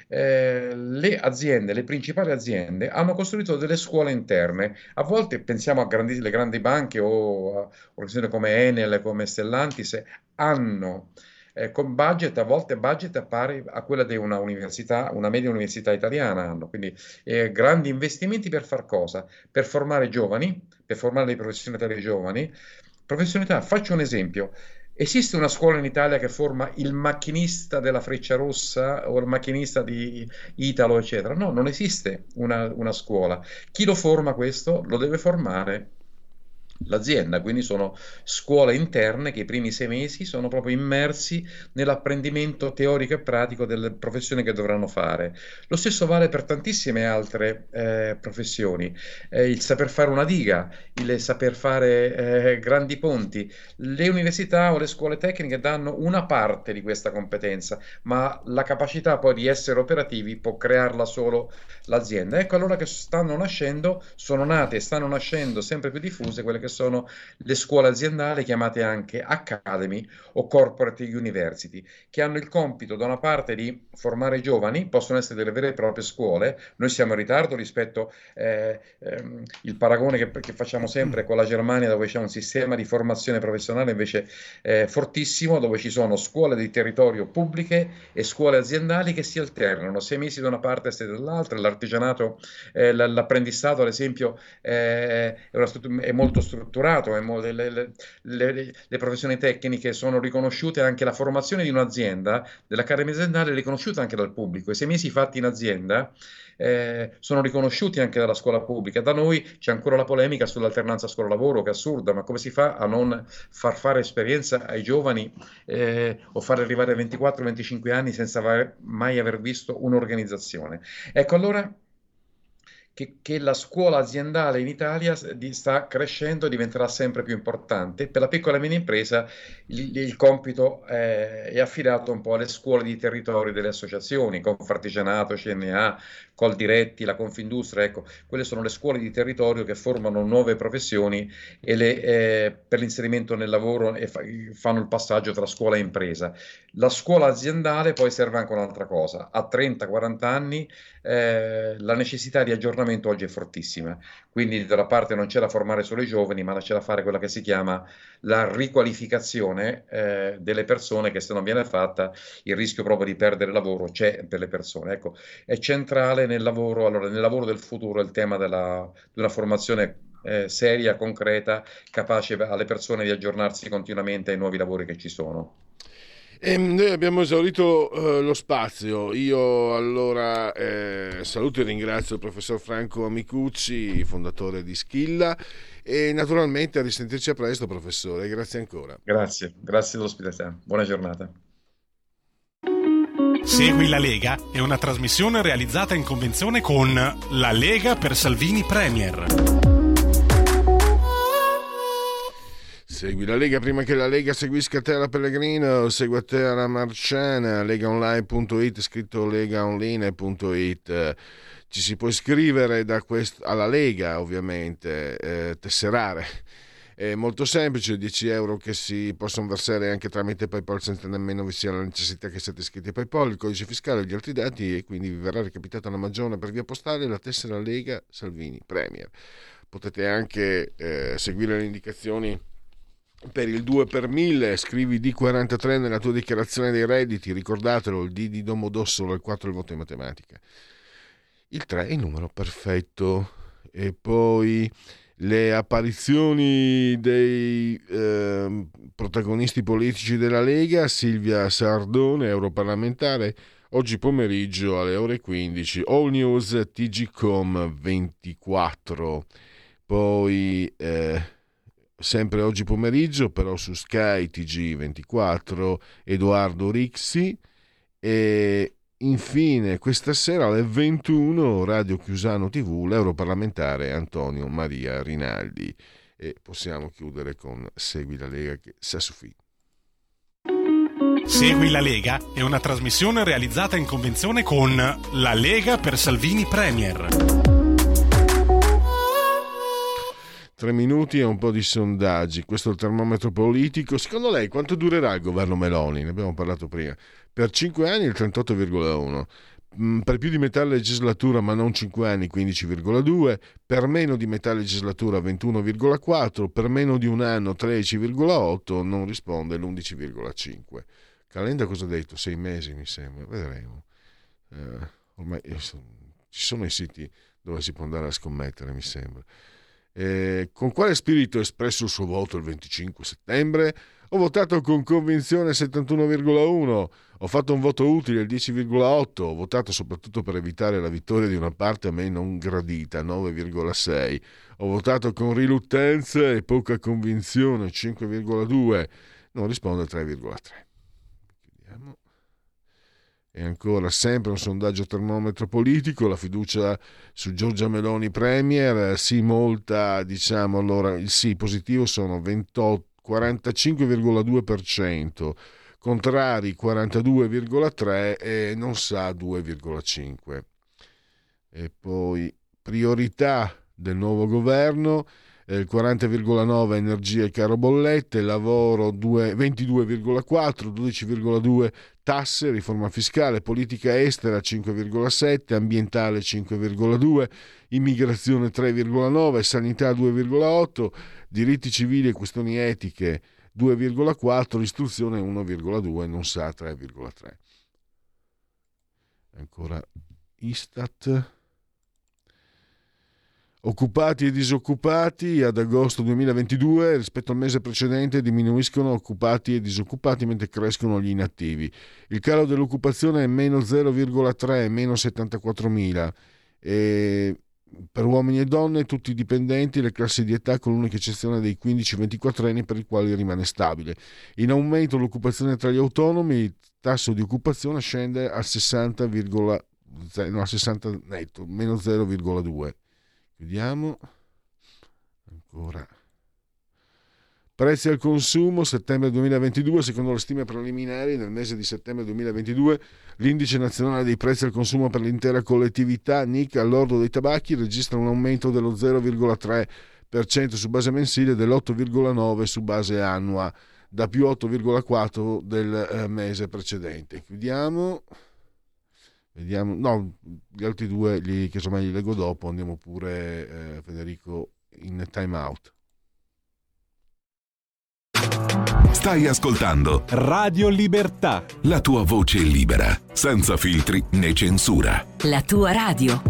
le aziende, le principali aziende, hanno costruito delle scuole interne. A volte pensiamo alle grandi banche o a organizzazioni come Enel, come Stellantis, hanno con budget, a volte budget pari a quella di una università, una media università italiana hanno, quindi grandi investimenti per far cosa? Per formare giovani, per formare le professionalità dei giovani. Professionalità, faccio un esempio. Esiste una scuola in Italia che forma il macchinista della Frecciarossa o il macchinista di Italo, eccetera? No, non esiste una scuola. Chi lo forma questo? Lo deve formare l'azienda, quindi sono scuole interne che i primi 6 mesi sono proprio immersi nell'apprendimento teorico e pratico delle professioni che dovranno fare. Lo stesso vale per tantissime altre professioni, il saper fare una diga, il saper fare grandi ponti. Le università o le scuole tecniche danno una parte di questa competenza, ma la capacità poi di essere operativi può crearla solo l'azienda. Ecco allora che stanno nascendo sempre più diffuse quelle che sono le scuole aziendali, chiamate anche Academy o Corporate University, che hanno il compito da una parte di formare i giovani, possono essere delle vere e proprie scuole. Noi siamo in ritardo rispetto il paragone che facciamo sempre con la Germania, dove c'è un sistema di formazione professionale invece fortissimo, dove ci sono scuole di territorio pubbliche e scuole aziendali che si alternano, 6 mesi da una parte e 6 dall'altra. L'artigianato, l'apprendistato ad esempio è molto strutturato, le professioni tecniche sono riconosciute, anche la formazione di un'azienda, dell'accademia aziendale è riconosciuta anche dal pubblico. I 6 mesi fatti in azienda sono riconosciuti anche dalla scuola pubblica. Da noi c'è ancora la polemica sull'alternanza scuola-lavoro, che è assurda, ma come si fa a non far fare esperienza ai giovani o far arrivare a 24-25 anni senza mai aver visto un'organizzazione? Ecco allora che la scuola aziendale in Italia sta crescendo e diventerà sempre più importante. Per la piccola e media impresa il compito è affidato un po' alle scuole di territorio delle associazioni, Confartigianato, CNA, Coldiretti, la Confindustria. Ecco, quelle sono le scuole di territorio che formano nuove professioni e per l'inserimento nel lavoro e fanno il passaggio tra scuola e impresa. La scuola aziendale poi serve anche un'altra cosa. A 30-40 anni la necessità di aggiornamento oggi è fortissima, quindi da una parte non c'è da formare solo i giovani, ma c'è da fare quella che si chiama la riqualificazione delle persone, che se non viene fatta il rischio proprio di perdere lavoro c'è per le persone. Ecco, è centrale nel lavoro, allora, nel lavoro del futuro il tema di una formazione seria, concreta, capace alle persone di aggiornarsi continuamente ai nuovi lavori che ci sono. Noi abbiamo esaurito lo spazio. Io allora saluto e ringrazio il professor Franco Amicucci, fondatore di Schilla, e naturalmente a risentirci a presto, professore. Grazie ancora. Grazie dell'ospitalità. Buona giornata. Segui la Lega è una trasmissione realizzata in convenzione con La Lega per Salvini Premier. Segui la Lega prima che la Lega seguisca te la Pellegrino, segua te la Marciana, legaonline.it, scritto legaonline.it. Ci si può iscrivere alla Lega, ovviamente, tesserare. È molto semplice, 10 euro che si possono versare anche tramite PayPal senza nemmeno vi sia la necessità che siate iscritti a PayPal, il codice fiscale e gli altri dati, e quindi vi verrà recapitata una maggiore per via postale la tessera Lega Salvini Premier. Potete anche seguire le indicazioni per il 2 per 1000, scrivi D43 nella tua dichiarazione dei redditi, ricordatelo, il D di Domodossola, il 4 il voto in matematica, il 3 è il numero perfetto. E poi le apparizioni dei protagonisti politici della Lega: Silvia Sardone, europarlamentare, oggi pomeriggio alle ore 15, All News TGcom 24. Poi sempre oggi pomeriggio, però su Sky TG 24, Edoardo Rixi. E infine questa sera alle 21, Radio Chiusano TV, l'europarlamentare Antonio Maria Rinaldi. E possiamo chiudere con Segui la Lega, che sa Sofì. Segui la Lega è una trasmissione realizzata in convenzione con La Lega per Salvini Premier. 3 minuti e un po' di sondaggi. Questo è il termometro politico. Secondo lei quanto durerà il governo Meloni? Ne abbiamo parlato prima. Per 5 anni il 38,1%, per più di metà legislatura ma non 5 anni 15,2%, per meno di metà legislatura 21,4%, per meno di un anno 13,8%, non risponde l'11,5%. Calenda cosa ha detto? 6 mesi mi sembra, vedremo. Ormai ci sono i siti dove si può andare a scommettere, mi sembra. Con quale spirito ha espresso il suo voto il 25 settembre? Ho votato con convinzione 71,1%, ho fatto un voto utile il 10,8%, ho votato soprattutto per evitare la vittoria di una parte a me non gradita 9,6%, ho votato con riluttanza e poca convinzione 5,2%, non risponde 3,3%. Chiudiamo. E ancora sempre un sondaggio termometro politico, la fiducia su Giorgia Meloni Premier, sì molta, diciamo, allora il sì positivo sono 45,2%, contrari 42,3% e non sa 2,5%. E poi priorità del nuovo governo, il 40,9% energia e caro bollette, lavoro 22,4%, 12,2% tasse, riforma fiscale, politica estera 5,7%, ambientale 5,2%, immigrazione 3,9%, sanità 2,8%, diritti civili e questioni etiche 2,4%, istruzione 1,2%, non sa 3,3%. Ancora Istat. Occupati e disoccupati ad agosto 2022 rispetto al mese precedente diminuiscono occupati e disoccupati mentre crescono gli inattivi. Il calo dell'occupazione è meno 0,3, meno 74.000. E per uomini e donne, tutti i dipendenti e le classi di età, con l'unica eccezione dei 15-24 anni per i quali rimane stabile. In aumento l'occupazione tra gli autonomi, il tasso di occupazione scende al 60 netto, meno 0,2. Vediamo ancora. Prezzi al consumo settembre 2022, secondo le stime preliminari nel mese di settembre 2022 l'indice nazionale dei prezzi al consumo per l'intera collettività NIC al lordo dei tabacchi registra un aumento dello 0,3% su base mensile e dell'8,9% su base annua, da più 8,4% del mese precedente. Vediamo, no, gli altri due che insomma li leggo dopo. Andiamo pure Federico in time out. Stai ascoltando Radio Libertà, la tua voce libera, senza filtri né censura. La tua radio.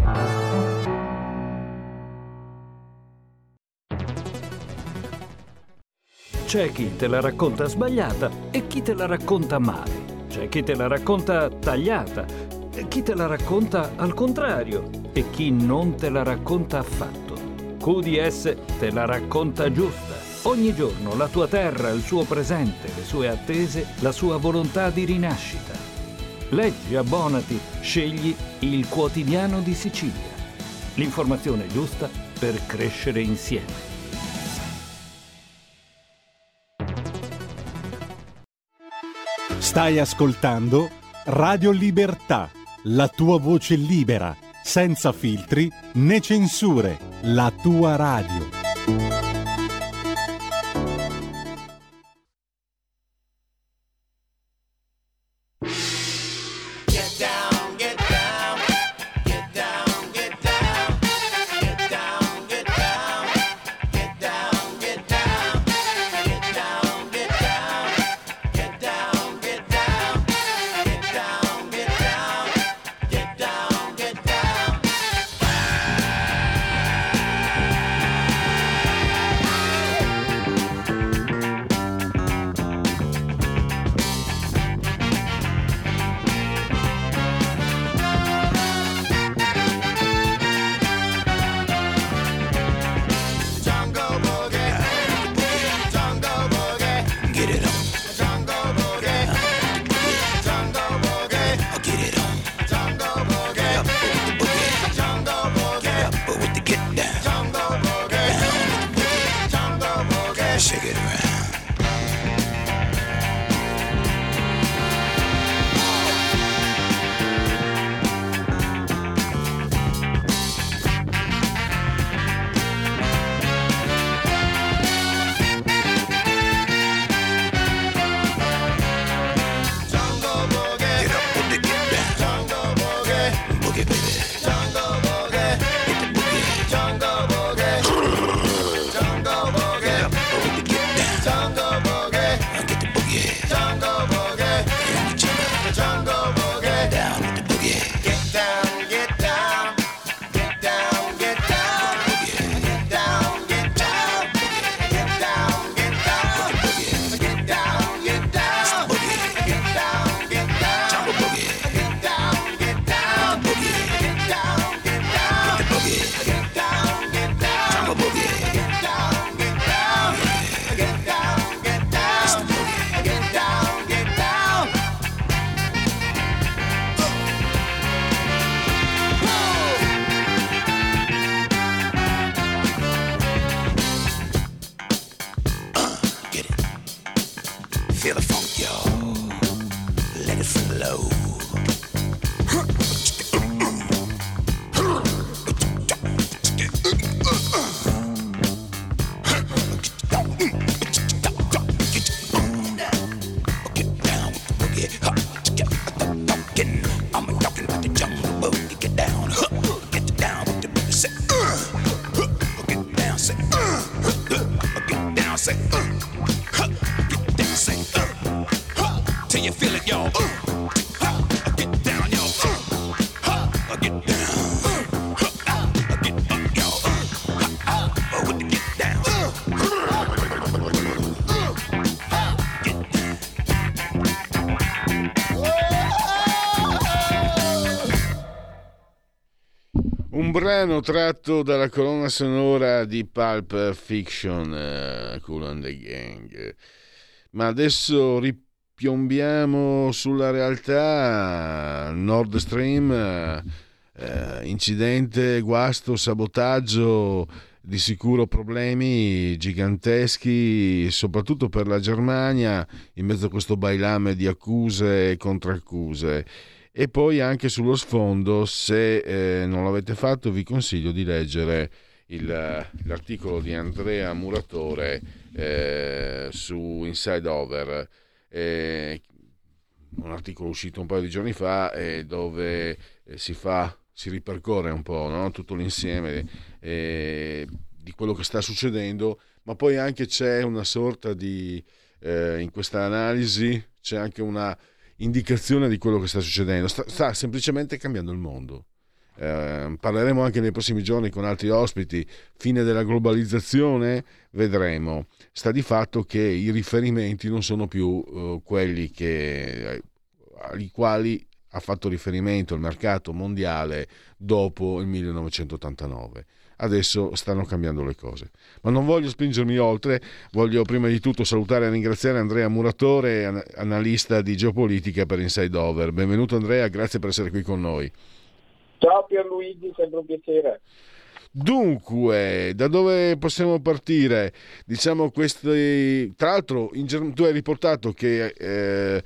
C'è chi te la racconta sbagliata e chi te la racconta male. C'è chi te la racconta tagliata e chi te la racconta al contrario e chi non te la racconta affatto. QDS te la racconta giusta. Ogni giorno la tua terra, il suo presente, le sue attese, la sua volontà di rinascita. Leggi, abbonati, scegli il Quotidiano di Sicilia. L'informazione giusta per crescere insieme. stai ascoltando Radio Libertà, la tua voce libera, senza filtri né censure, la tua radio. feel the funk, y'all. Let it flow. I'm talking about the jungle boogie. Get down, get down with the boogie. Say, get down, say, get down, say, get down, say, till you feel it, y'all. Get down, y'all. Get down, get up, y'all. With the get down. Un brano tratto dalla colonna sonora di Pulp Fiction, Kool and the Gang. Ma adesso ripiombiamo sulla realtà. Nord Stream, incidente, guasto, sabotaggio, di sicuro problemi giganteschi, soprattutto per la Germania, in mezzo a questo bailame di accuse e contraccuse. E poi anche sullo sfondo, se non l'avete fatto, vi consiglio di leggere l'articolo di Andrea Muratore su Inside Over, un articolo uscito un paio di giorni fa, dove si ripercorre un po', no? Tutto l'insieme di quello che sta succedendo, ma poi anche c'è una sorta di in questa analisi c'è anche una indicazione di quello che sta succedendo. Sta semplicemente cambiando il mondo. Parleremo anche nei prossimi giorni con altri ospiti. Fine della globalizzazione, vedremo. Sta di fatto che i riferimenti non sono più quelli ai quali ha fatto riferimento il mercato mondiale dopo il 1989. Adesso stanno cambiando le cose. Ma non voglio spingermi oltre, voglio prima di tutto salutare e ringraziare Andrea Muratore, analista di geopolitica per Inside Over. Benvenuto Andrea, grazie per essere qui con noi. Ciao Pierluigi, sempre un piacere. Dunque, da dove possiamo partire? Diciamo questi... Tra l'altro tu hai riportato che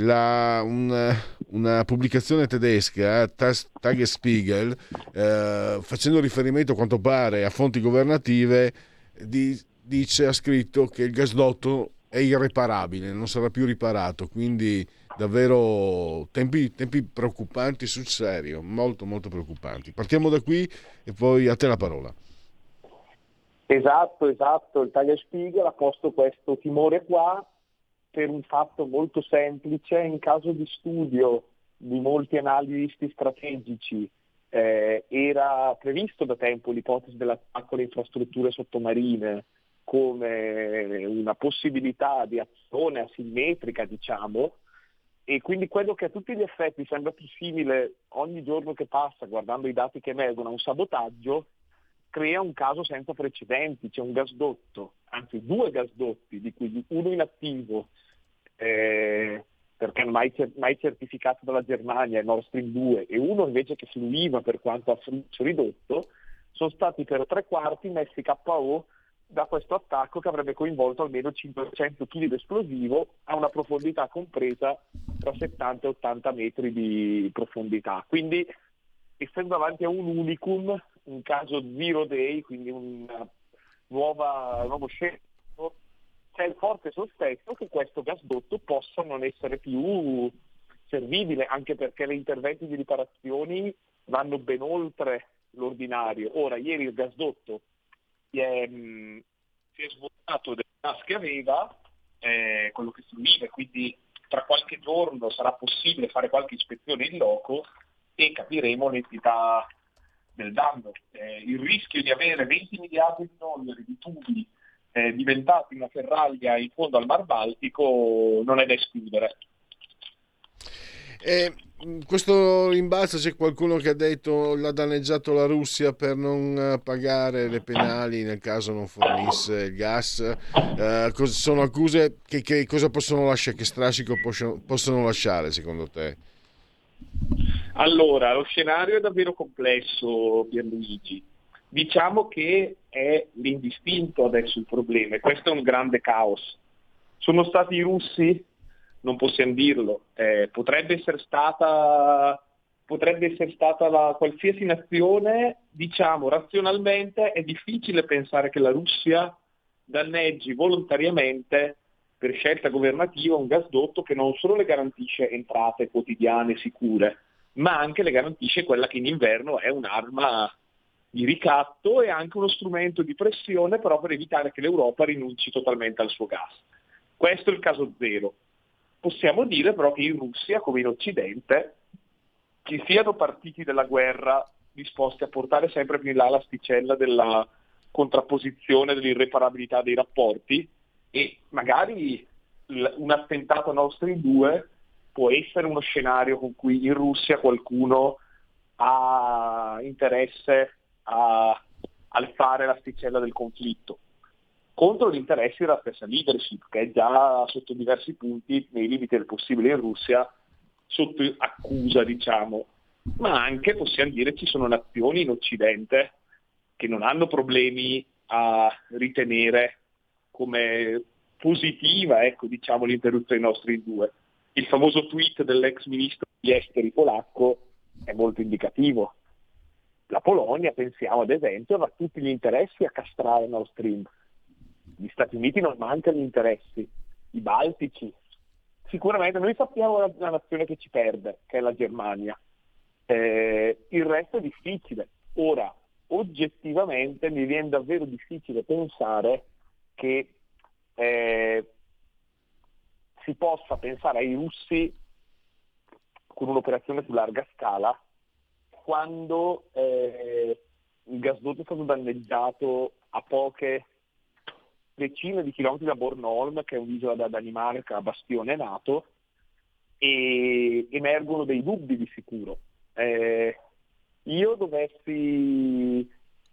una pubblicazione tedesca, Tagesspiegel, facendo riferimento a quanto pare a fonti governative, ha scritto che il gasdotto è irreparabile, non sarà più riparato, quindi davvero tempi preoccupanti sul serio, molto molto preoccupanti. Partiamo da qui e poi a te la parola. Esatto, il Tagesspiegel ha posto questo timore qua per un fatto molto semplice. In caso di studio di molti analisti strategici era previsto da tempo l'ipotesi dell'attacco alle infrastrutture sottomarine come una possibilità di azione asimmetrica, diciamo, e quindi quello che a tutti gli effetti sembra più simile ogni giorno che passa, guardando i dati che emergono, a un sabotaggio, crea un caso senza precedenti. C'è un gasdotto, anzi 2 gasdotti, di cui uno inattivo, perché mai certificato dalla Germania, il Nord Stream 2, e uno invece che fluiva per quanto a flusso ridotto, sono stati per 3/4 messi KO da questo attacco che avrebbe coinvolto almeno 500 kg di esplosivo a una profondità compresa tra 70 e 80 metri di profondità. Quindi, essendo davanti a un unicum, un caso zero day, quindi un nuovo scenario, c'è il forte sospetto che questo gasdotto possa non essere più servibile, anche perché gli interventi di riparazioni vanno ben oltre l'ordinario. Ora, ieri il gasdotto si è svuotato del gas che aveva, quello che fluiva, quindi tra qualche giorno sarà possibile fare qualche ispezione in loco e capiremo l'entità del danno. Il rischio di avere 20 miliardi di dollari di tubi diventati una ferraglia in fondo al Mar Baltico non è da escludere. Questo rimbalzo, c'è qualcuno che ha detto l'ha danneggiato la Russia per non pagare le penali nel caso non fornisse il gas. Sono accuse che cosa possono lasciare, che strascico possono lasciare secondo te? Allora, lo scenario è davvero complesso, Pierluigi. Diciamo che è l'indistinto adesso il problema, e questo è un grande caos. Sono stati i russi? Non possiamo dirlo. Potrebbe essere stata la qualsiasi nazione, diciamo razionalmente, è difficile pensare che la Russia danneggi volontariamente per scelta governativa un gasdotto che non solo le garantisce entrate quotidiane sicure, ma anche le garantisce quella che in inverno è un'arma di ricatto e anche uno strumento di pressione, però per evitare che l'Europa rinunci totalmente al suo gas. Questo è il caso zero. Possiamo dire però che in Russia, come in Occidente, ci siano partiti della guerra disposti a portare sempre più in là l'asticella della contrapposizione, dell'irreparabilità dei rapporti, e magari un attentato a Nord Stream 2 può essere uno scenario con cui in Russia qualcuno ha interesse a alzare l'asticella del conflitto contro gli interessi della stessa leadership, che è già sotto diversi punti, nei limiti del possibile in Russia, sotto accusa, diciamo. Ma anche, possiamo dire, ci sono nazioni in Occidente che non hanno problemi a ritenere come positiva, diciamo, l'interruzione dei nostri due. Il famoso tweet dell'ex ministro degli esteri polacco è molto indicativo. La Polonia, pensiamo ad esempio, aveva tutti gli interessi a castrare Nord Stream. Gli Stati Uniti non mancano gli interessi, i baltici. Sicuramente noi sappiamo la nazione che ci perde, che è la Germania. Il resto è difficile. Ora, oggettivamente mi viene davvero difficile pensare che si possa pensare ai russi con un'operazione su larga scala quando il gasdotto è stato danneggiato a poche decine di chilometri da Bornholm, che è un'isola da Danimarca, bastione NATO, e emergono dei dubbi di sicuro. Io dovessi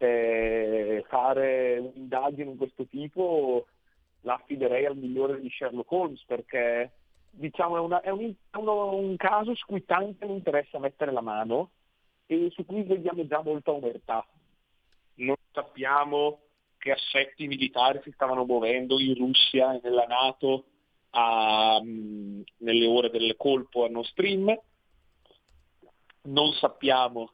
fare un'indagine di questo tipo, la affiderei al migliore di Sherlock Holmes, perché diciamo è un caso su cui tanto mi interessa mettere la mano e su cui vediamo già molta omertà. Non sappiamo che assetti militari si stavano muovendo in Russia e nella NATO nelle ore del colpo a Nord Stream. Non sappiamo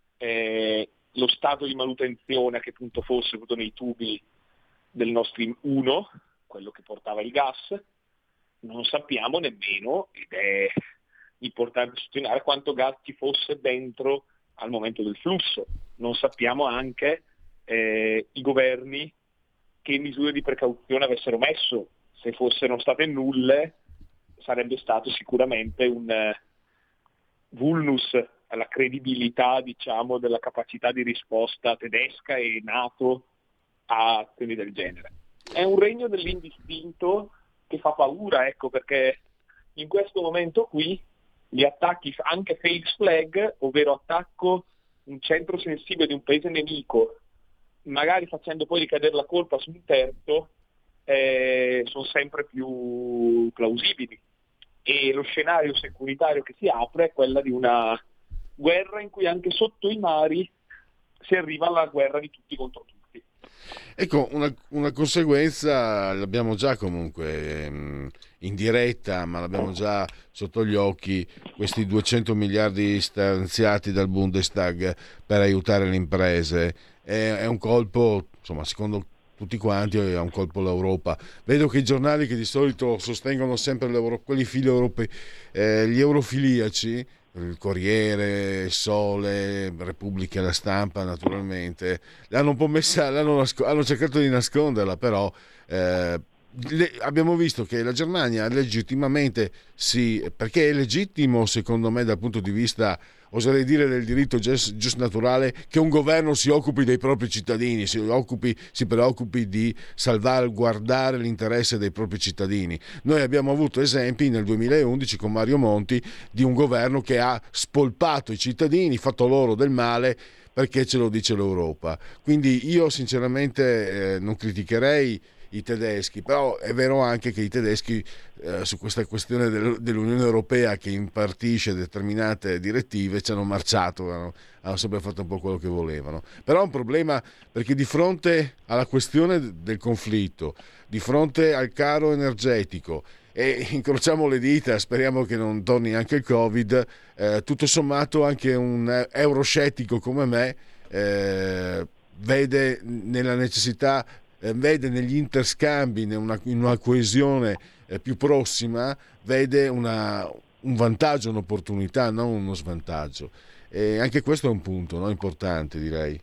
lo stato di manutenzione a che punto fosse nei tubi del Nord Stream 1, quello che portava il gas. Non sappiamo nemmeno, ed è importante sottolineare, quanto gas ci fosse dentro al momento del flusso. Non sappiamo anche i governi che misure di precauzione avessero messo. Se fossero state nulle sarebbe stato sicuramente un vulnus alla credibilità, diciamo, della capacità di risposta tedesca e NATO a azioni del genere. È un regno dell'indistinto che fa paura, perché in questo momento qui gli attacchi, anche fake flag, ovvero attacco un centro sensibile di un paese nemico, magari facendo poi ricadere la colpa su un terzo, sono sempre più plausibili. E lo scenario securitario che si apre è quella di una guerra in cui anche sotto i mari si arriva alla guerra di tutti contro tutti. Ecco, una conseguenza l'abbiamo già comunque in diretta, ma l'abbiamo già sotto gli occhi, questi 200 miliardi stanziati dal Bundestag per aiutare le imprese. È un colpo, insomma, secondo tutti quanti è un colpo all'Europa. Vedo che i giornali che di solito sostengono sempre quelli fili europei, gli eurofiliaci, il Corriere, il Sole, Repubblica, La Stampa, naturalmente, l'hanno un po' messa, hanno cercato di nasconderla, però abbiamo visto che la Germania legittimamente perché è legittimo, secondo me, dal punto di vista, oserei dire, del diritto giusto naturale, che un governo si occupi dei propri cittadini, si preoccupi di salvaguardare l'interesse dei propri cittadini. Noi abbiamo avuto esempi nel 2011 con Mario Monti di un governo che ha spolpato i cittadini, fatto loro del male, perché ce lo dice l'Europa. Quindi io sinceramente non criticherei i tedeschi, però è vero anche che i tedeschi su questa questione dell'Unione Europea che impartisce determinate direttive ci hanno marciato, hanno sempre fatto un po' quello che volevano. Però è un problema perché di fronte alla questione del conflitto, di fronte al caro energetico, e incrociamo le dita, speriamo che non torni anche il Covid, tutto sommato anche un euroscettico come me vede nella necessità, vede negli interscambi, in una coesione più prossima, vede un vantaggio, un'opportunità, non uno svantaggio. E anche questo è un punto, no? Importante, direi.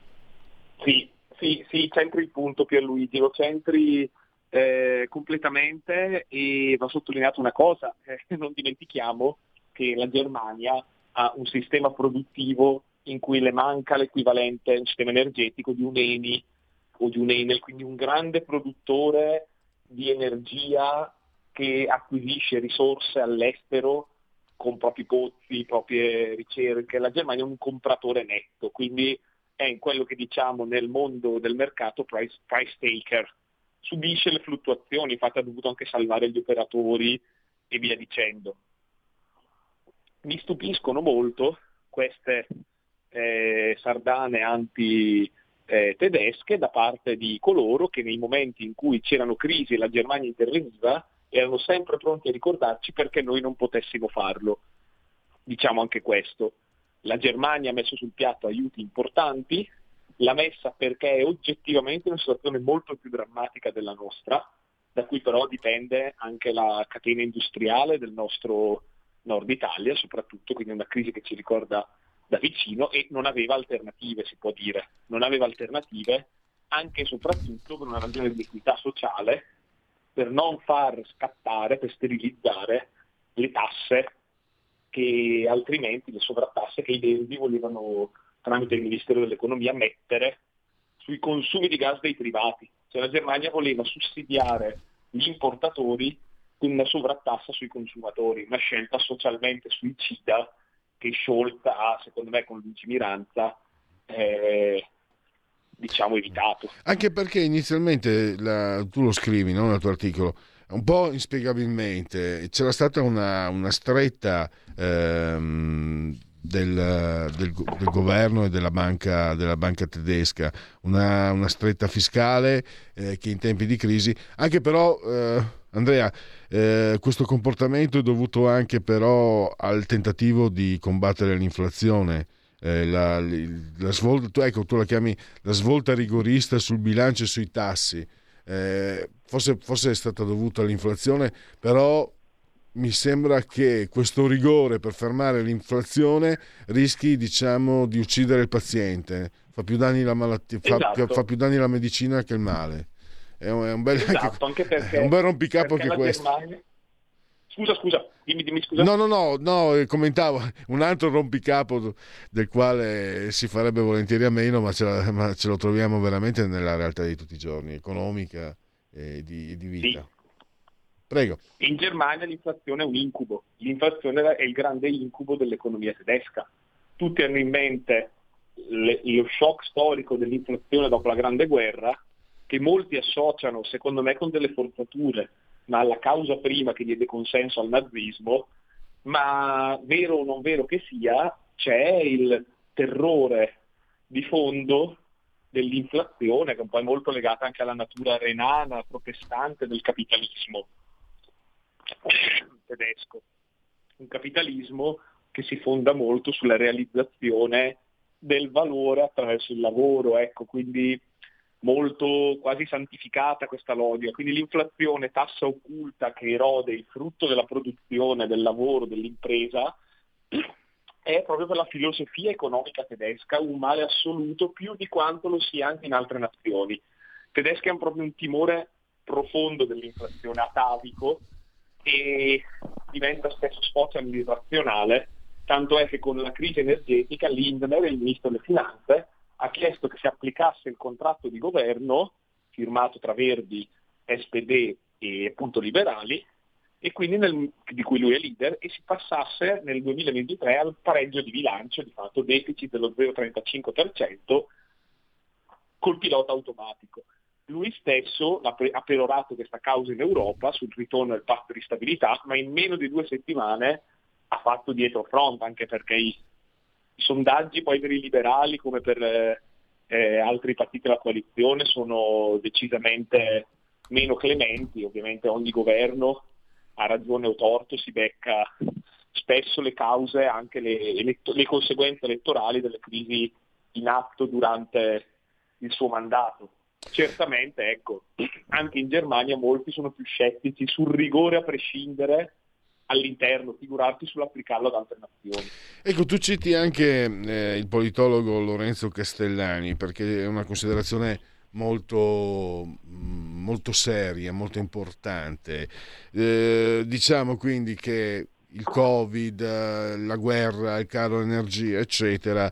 Sì, centri il punto, Pierluigi, lo centri completamente, e va sottolineato una cosa, non dimentichiamo che la Germania ha un sistema produttivo in cui le manca l'equivalente, un sistema energetico di un Eni o di un Enel, quindi un grande produttore di energia che acquisisce risorse all'estero con propri pozzi, proprie ricerche. La Germania è un compratore netto, quindi è in quello che diciamo nel mondo del mercato price taker, subisce le fluttuazioni, infatti ha dovuto anche salvare gli operatori e via dicendo. Mi stupiscono molto queste sardane anti-tedesche da parte di coloro che nei momenti in cui c'erano crisi e la Germania interveniva erano sempre pronti a ricordarci perché noi non potessimo farlo. Diciamo anche questo. La Germania ha messo sul piatto aiuti importanti, l'ha messa perché è oggettivamente una situazione molto più drammatica della nostra, da cui però dipende anche la catena industriale del nostro nord Italia, soprattutto, quindi è una crisi che ci ricorda da vicino, e non aveva alternative, si può dire. Non aveva alternative anche e soprattutto per una ragione di equità sociale, per non far scattare, per sterilizzare le tasse che altrimenti, le sovrattasse che i verdi volevano tramite il Ministero dell'Economia mettere sui consumi di gas dei privati. Cioè la Germania voleva sussidiare gli importatori con una sovrattassa sui consumatori, una scelta socialmente suicida che Scholz ha, secondo me, con lungimiranza evitato. Anche perché inizialmente tu lo scrivi, no, nel tuo articolo, un po' inspiegabilmente c'era stata una stretta del governo e della banca tedesca, una stretta fiscale che in tempi di crisi, anche però Andrea, questo comportamento è dovuto anche però al tentativo di combattere l'inflazione. La svolta, ecco, tu la chiami la svolta rigorista sul bilancio e sui tassi, forse è stata dovuta all'inflazione, però mi sembra che questo rigore per fermare l'inflazione rischi, diciamo, di uccidere il paziente, fa più danni la malattia, esatto. fa più danni la medicina che il male. È un bel, esatto, anche perché è un bel rompicapo anche questo. Germania... Scusa, dimmi scusa. No, commentavo un altro rompicapo del quale si farebbe volentieri a meno, ma ce lo troviamo veramente nella realtà di tutti i giorni, economica e di vita. Sì. Prego. In Germania l'inflazione è un incubo, l'inflazione è il grande incubo dell'economia tedesca. Tutti hanno in mente lo shock storico dell'inflazione dopo la Grande Guerra, che molti associano, secondo me, con delle forzature, ma alla causa prima che diede consenso al nazismo, ma vero o non vero che sia, c'è il terrore di fondo dell'inflazione, che poi è molto legata anche alla natura renana, protestante del capitalismo tedesco. Un capitalismo che si fonda molto sulla realizzazione del valore attraverso il lavoro, ecco, quindi molto quasi santificata questa logica. Quindi l'inflazione, tassa occulta che erode il frutto della produzione, del lavoro, dell'impresa, è proprio per la filosofia economica tedesca un male assoluto, più di quanto lo sia anche in altre nazioni. I tedeschi hanno proprio un timore profondo dell'inflazione, atavico, e diventa spesso sfocia nell'irrazionale, tanto è che con la crisi energetica Lindner, il ministro delle finanze, ha chiesto che si applicasse il contratto di governo firmato tra Verdi, SPD e appunto liberali, e quindi di cui lui è leader, e si passasse nel 2023 al pareggio di bilancio, di fatto deficit dello 0,35% col pilota automatico. lui stesso ha perorato questa causa in Europa sul ritorno del patto di stabilità, ma in meno di 2 settimane ha fatto dietro front, anche perché i sondaggi poi per i liberali come per altri partiti della coalizione sono decisamente meno clementi. Ovviamente ogni governo, ha ragione o torto, si becca spesso le cause, anche le conseguenze elettorali delle crisi in atto durante il suo mandato. Certamente, ecco, anche in Germania molti sono più scettici sul rigore a prescindere all'interno, figurarti sull'applicarlo ad altre nazioni. Ecco, tu citi anche il politologo Lorenzo Castellani, perché è una considerazione molto seria, molto importante. Diciamo quindi che il Covid, la guerra, il caro energia, eccetera,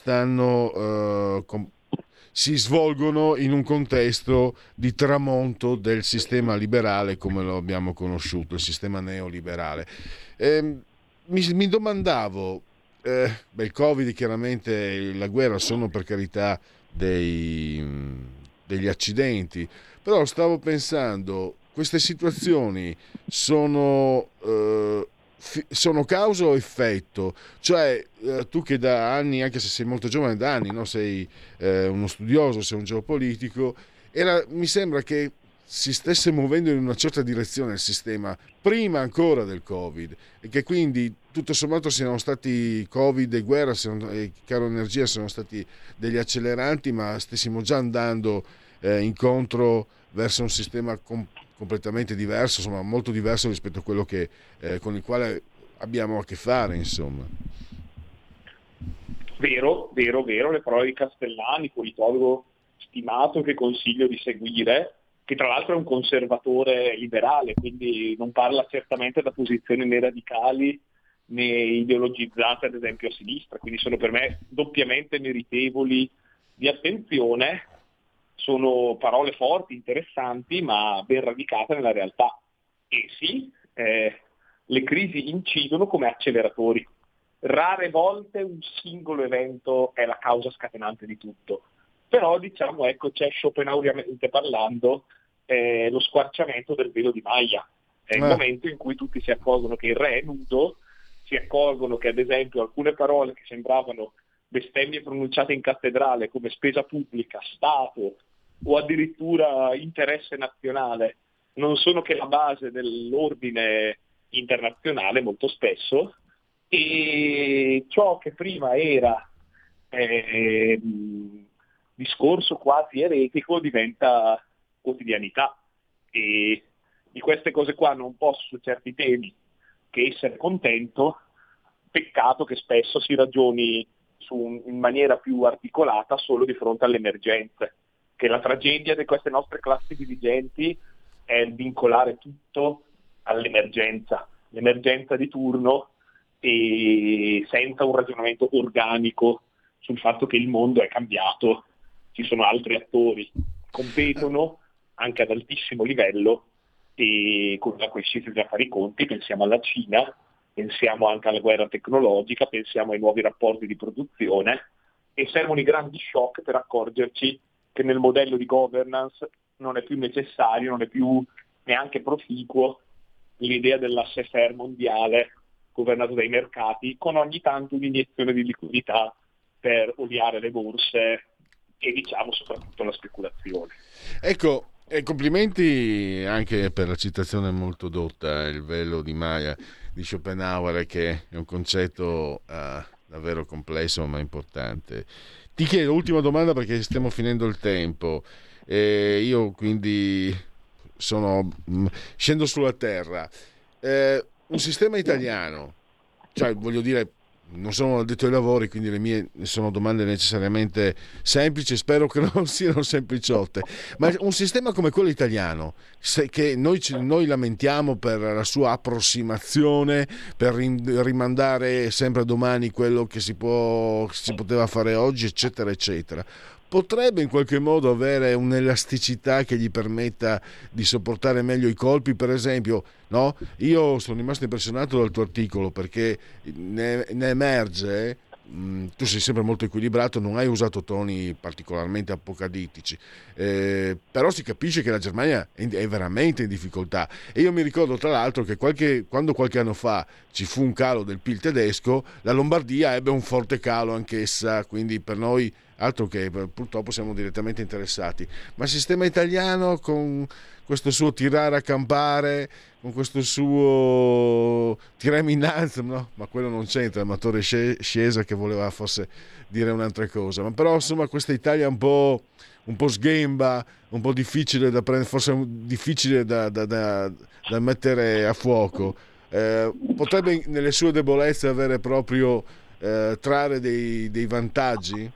si svolgono in un contesto di tramonto del sistema liberale come lo abbiamo conosciuto, il sistema neoliberale. Mi domandavo, il Covid, chiaramente, la guerra sono per carità degli accidenti, però stavo pensando, queste situazioni sono causa o effetto? Cioè, tu che da anni, anche se sei molto giovane, da anni, no? Sei uno studioso, sei un geopolitico, mi sembra che si stesse muovendo in una certa direzione il sistema, prima ancora del Covid, e che quindi tutto sommato siano stati Covid e guerra e caro energia siano stati degli acceleranti, ma stessimo già andando incontro verso un sistema completamente diverso, insomma molto diverso rispetto a quello che con il quale abbiamo a che fare, insomma. Vero, le parole di Castellani, politologo stimato che consiglio di seguire, che tra l'altro è un conservatore liberale, quindi non parla certamente da posizioni né radicali né ideologizzate ad esempio a sinistra, quindi sono per me doppiamente meritevoli di attenzione. Sono parole forti, interessanti, ma ben radicate nella realtà. E sì, le crisi incidono come acceleratori. Rare volte un singolo evento è la causa scatenante di tutto. Però diciamo, ecco, c'è schopenhaueriamente parlando lo squarciamento del velo di Maya. È il momento in cui tutti si accorgono che il re è nudo, si accorgono che ad esempio alcune parole che sembravano bestemmie pronunciate in cattedrale come spesa pubblica, Stato o addirittura interesse nazionale non sono che la base dell'ordine internazionale molto spesso, e ciò che prima era discorso quasi eretico diventa quotidianità, e di queste cose qua non posso su certi temi che essere contento. Peccato che spesso si ragioni in maniera più articolata solo di fronte alle emergenze, che la tragedia di queste nostre classi dirigenti è vincolare tutto all'emergenza, l'emergenza di turno, e senza un ragionamento organico sul fatto che il mondo è cambiato, ci sono altri attori, competono anche ad altissimo livello e con la quale ci bisogna fare i conti. Pensiamo alla Cina, pensiamo anche alla guerra tecnologica, pensiamo ai nuovi rapporti di produzione, e servono i grandi shock per accorgerci che nel modello di governance non è più necessario, non è più neanche proficuo l'idea dell'assesseur mondiale governato dai mercati, con ogni tanto un'iniezione di liquidità per oliare le borse e diciamo soprattutto la speculazione. Ecco, e complimenti anche per la citazione molto dotta, il velo di Maya di Schopenhauer, che è un concetto davvero complesso ma importante. Ti chiedo ultima domanda perché stiamo finendo il tempo, io quindi scendo sulla terra. Un sistema italiano, cioè voglio dire, non sono addetto ai lavori, quindi le mie sono domande necessariamente semplici, spero che non siano sempliciotte, ma un sistema come quello italiano, che noi lamentiamo per la sua approssimazione, per rimandare sempre a domani quello che si poteva fare oggi, eccetera eccetera, potrebbe in qualche modo avere un'elasticità che gli permetta di sopportare meglio i colpi, per esempio, no? Io sono rimasto impressionato dal tuo articolo perché ne emerge tu sei sempre molto equilibrato, non hai usato toni particolarmente apocalittici, però si capisce che la Germania è veramente in difficoltà. E io mi ricordo tra l'altro che quando qualche anno fa ci fu un calo del PIL tedesco, la Lombardia ebbe un forte calo anch'essa, quindi per noi altro che purtroppo siamo direttamente interessati. Ma il sistema italiano, con questo suo tirare a campare, con questo suo tirare innanzi, no? Ma quello non c'entra, l'amatore Sciesa che voleva forse dire un'altra cosa. Ma però insomma questa Italia un po' sghemba, un po' difficile da prendere, forse difficile da mettere a fuoco. Potrebbe nelle sue debolezze avere proprio trarre dei vantaggi?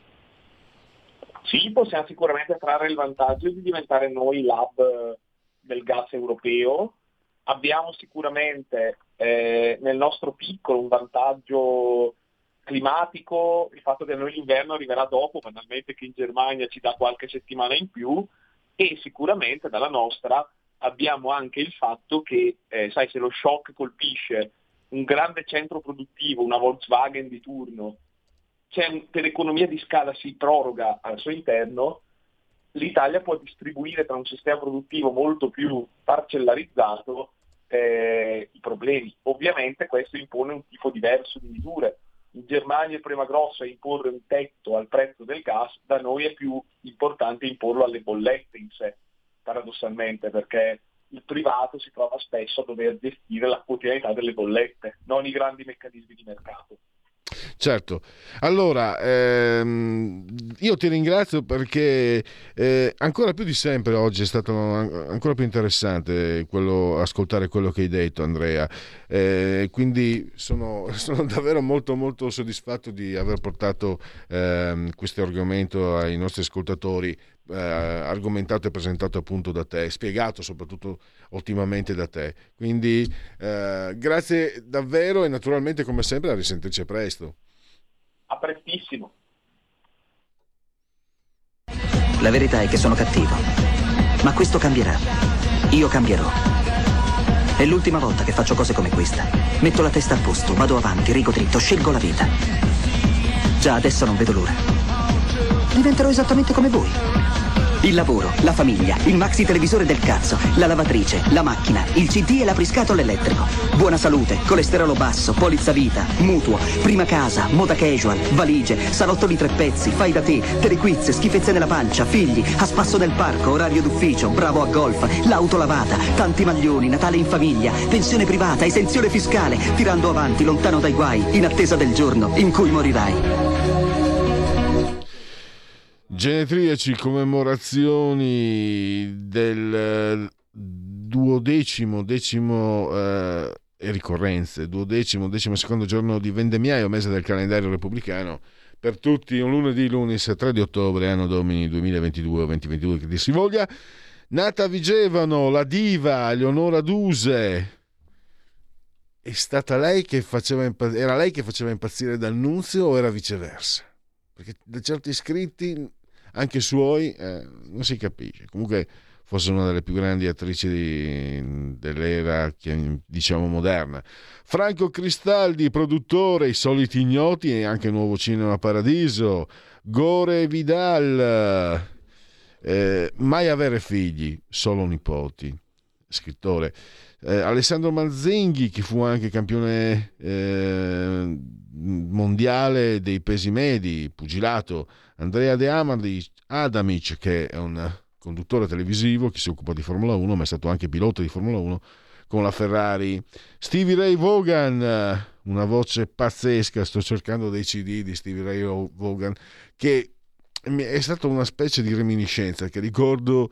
Sì, possiamo sicuramente trarre il vantaggio di diventare noi l'hub del gas europeo. Abbiamo sicuramente nel nostro piccolo un vantaggio climatico, il fatto che a noi l'inverno arriverà dopo, banalmente che in Germania ci dà qualche settimana in più, e sicuramente dalla nostra abbiamo anche il fatto che, sai, se lo shock colpisce un grande centro produttivo, una Volkswagen di turno, per l'economia di scala si proroga al suo interno, l'Italia può distribuire tra un sistema produttivo molto più parcellarizzato i problemi. Ovviamente questo impone un tipo diverso di misure. In Germania il problema grosso è imporre un tetto al prezzo del gas, da noi è più importante imporlo alle bollette in sé, paradossalmente, perché il privato si trova spesso a dover gestire la quotidianità delle bollette, non i grandi meccanismi di mercato. Certo, allora io ti ringrazio perché ancora più di sempre oggi è stato ancora più interessante ascoltare quello che hai detto, Andrea, quindi sono davvero molto molto soddisfatto di aver portato questo argomento ai nostri ascoltatori, argomentato e presentato appunto da te, spiegato soprattutto ottimamente da te, quindi grazie davvero e naturalmente come sempre a risentirci presto. A prestissimo. La verità è che sono cattivo, ma questo cambierà. Io cambierò. È l'ultima volta che faccio cose come questa. Metto la testa a posto, vado avanti, rigo dritto, scelgo la vita. Già adesso non vedo l'ora. Diventerò esattamente come voi. Il lavoro, la famiglia, il maxi televisore del cazzo, la lavatrice, la macchina, il CD e l'apriscatole elettrico. Buona salute, colesterolo basso, polizza vita, mutuo, prima casa, moda casual, valigie, salottoli 3 pezzi, fai da te, telequiz, schifezze nella pancia, figli, a spasso del parco, orario d'ufficio, bravo a golf, l'auto lavata, tanti maglioni, Natale in famiglia, pensione privata, esenzione fiscale, tirando avanti, lontano dai guai, in attesa del giorno in cui morirai. Genetriaci, commemorazioni del decimo e ricorrenze, decimo secondo giorno di Vendemmiaio, mese del calendario repubblicano, per tutti un lunedì, lunis 3 di ottobre, anno domini 2022 o 2022 che dir si voglia. Nata a Vigevano, la diva Eleonora Duse, è stata lei che era lei che faceva impazzire D'Annunzio o era viceversa? Perché da certi scritti anche suoi non si capisce. Comunque fosse una delle più grandi attrici dell'era, diciamo, moderna. Franco Cristaldi, produttore, I soliti ignoti e anche Nuovo Cinema Paradiso. Gore Vidal, mai avere figli, solo nipoti, scrittore. Alessandro Manzinghi, che fu anche campione mondiale dei pesi medi, pugilato. Andrea De Adamic, che è un conduttore televisivo che si occupa di Formula 1, ma è stato anche pilota di Formula 1 con la Ferrari. Stevie Ray Vaughan, una voce pazzesca, sto cercando dei CD di Stevie Ray Vaughan, che è stata una specie di reminiscenza che ricordo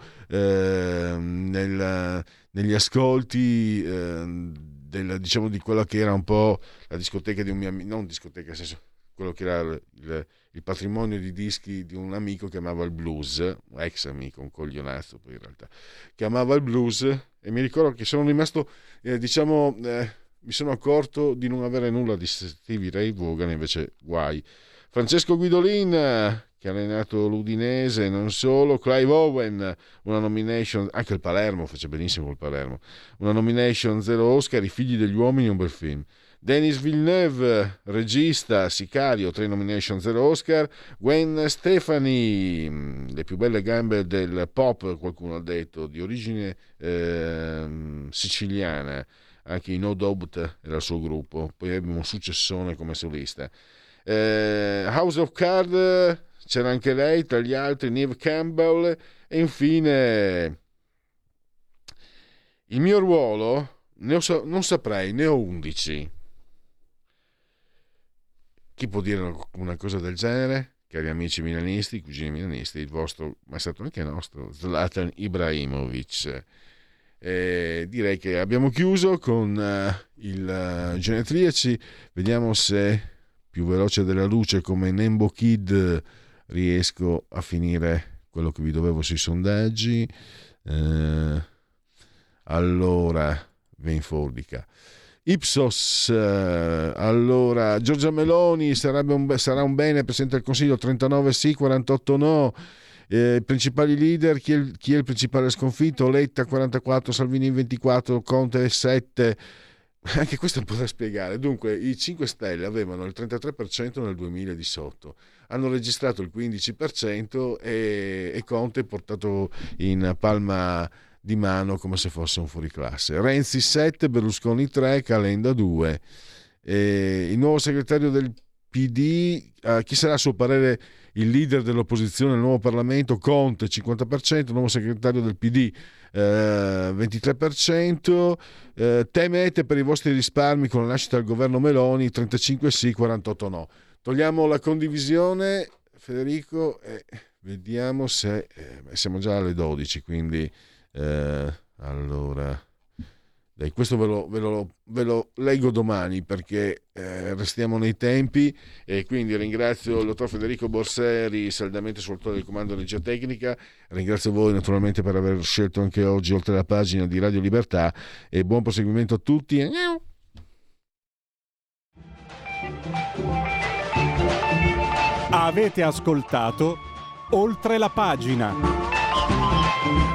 negli ascolti diciamo di quella che era un po' la discoteca di un mio amico, non discoteca nel senso, quello che era il patrimonio di dischi di un amico che amava il blues, un ex amico, un coglionazzo poi in realtà, che amava il blues, e mi ricordo che sono rimasto mi sono accorto di non avere nulla di Stevie Ray Vaughan, invece guai. Francesco Guidolin, che ha allenato l'Udinese, non solo. Clive Owen, una nomination, anche il Palermo fece benissimo il Palermo, una nomination 0 Oscar, I figli degli uomini, un bel film. Denis Villeneuve, regista, Sicario, 3 nomination, 0 Oscar. Gwen Stefani, le più belle gambe del pop, qualcuno ha detto, di origine siciliana, anche in No Doubt era il suo gruppo, poi abbiamo un successone come solista. House of Cards, c'era anche lei, tra gli altri Neve Campbell, e infine il mio ruolo, non saprei, ne ho 11. Chi può dire una cosa del genere? Cari amici milanisti, cugini milanisti, il vostro, ma è stato anche nostro, Zlatan Ibrahimovic. Direi che abbiamo chiuso con il Genetriaci. Vediamo se più veloce della luce come Nembo Kid riesco a finire quello che vi dovevo sui sondaggi. Allora, Venfordica Ipsos, allora Giorgia Meloni sarà un bene Presidente del Consiglio, 39 sì, 48 no. I principali leader, chi è il principale sconfitto? Letta 44, Salvini 24, Conte 7. Anche questo è un po' da spiegare. Dunque, i 5 Stelle avevano il 33% nel 2000 di sotto, hanno registrato il 15% e Conte è portato in palma di mano come se fosse un fuoriclasse. Renzi 7, Berlusconi 3, Calenda 2. Il nuovo segretario del PD, chi sarà a suo parere il leader dell'opposizione nel nuovo Parlamento? Conte 50%, nuovo segretario del PD 23%. Temete per i vostri risparmi con la nascita del governo Meloni? 35 sì, 48 no. Togliamo la condivisione, Federico, e vediamo se siamo già alle 12, quindi allora dai, questo ve lo leggo domani perché restiamo nei tempi, e quindi ringrazio il dottor Federico Borseri, saldamente sul autore del comando regia tecnica. Ringrazio voi naturalmente per aver scelto anche oggi oltre la pagina di Radio Libertà, e buon proseguimento a tutti. Avete ascoltato Oltre la pagina.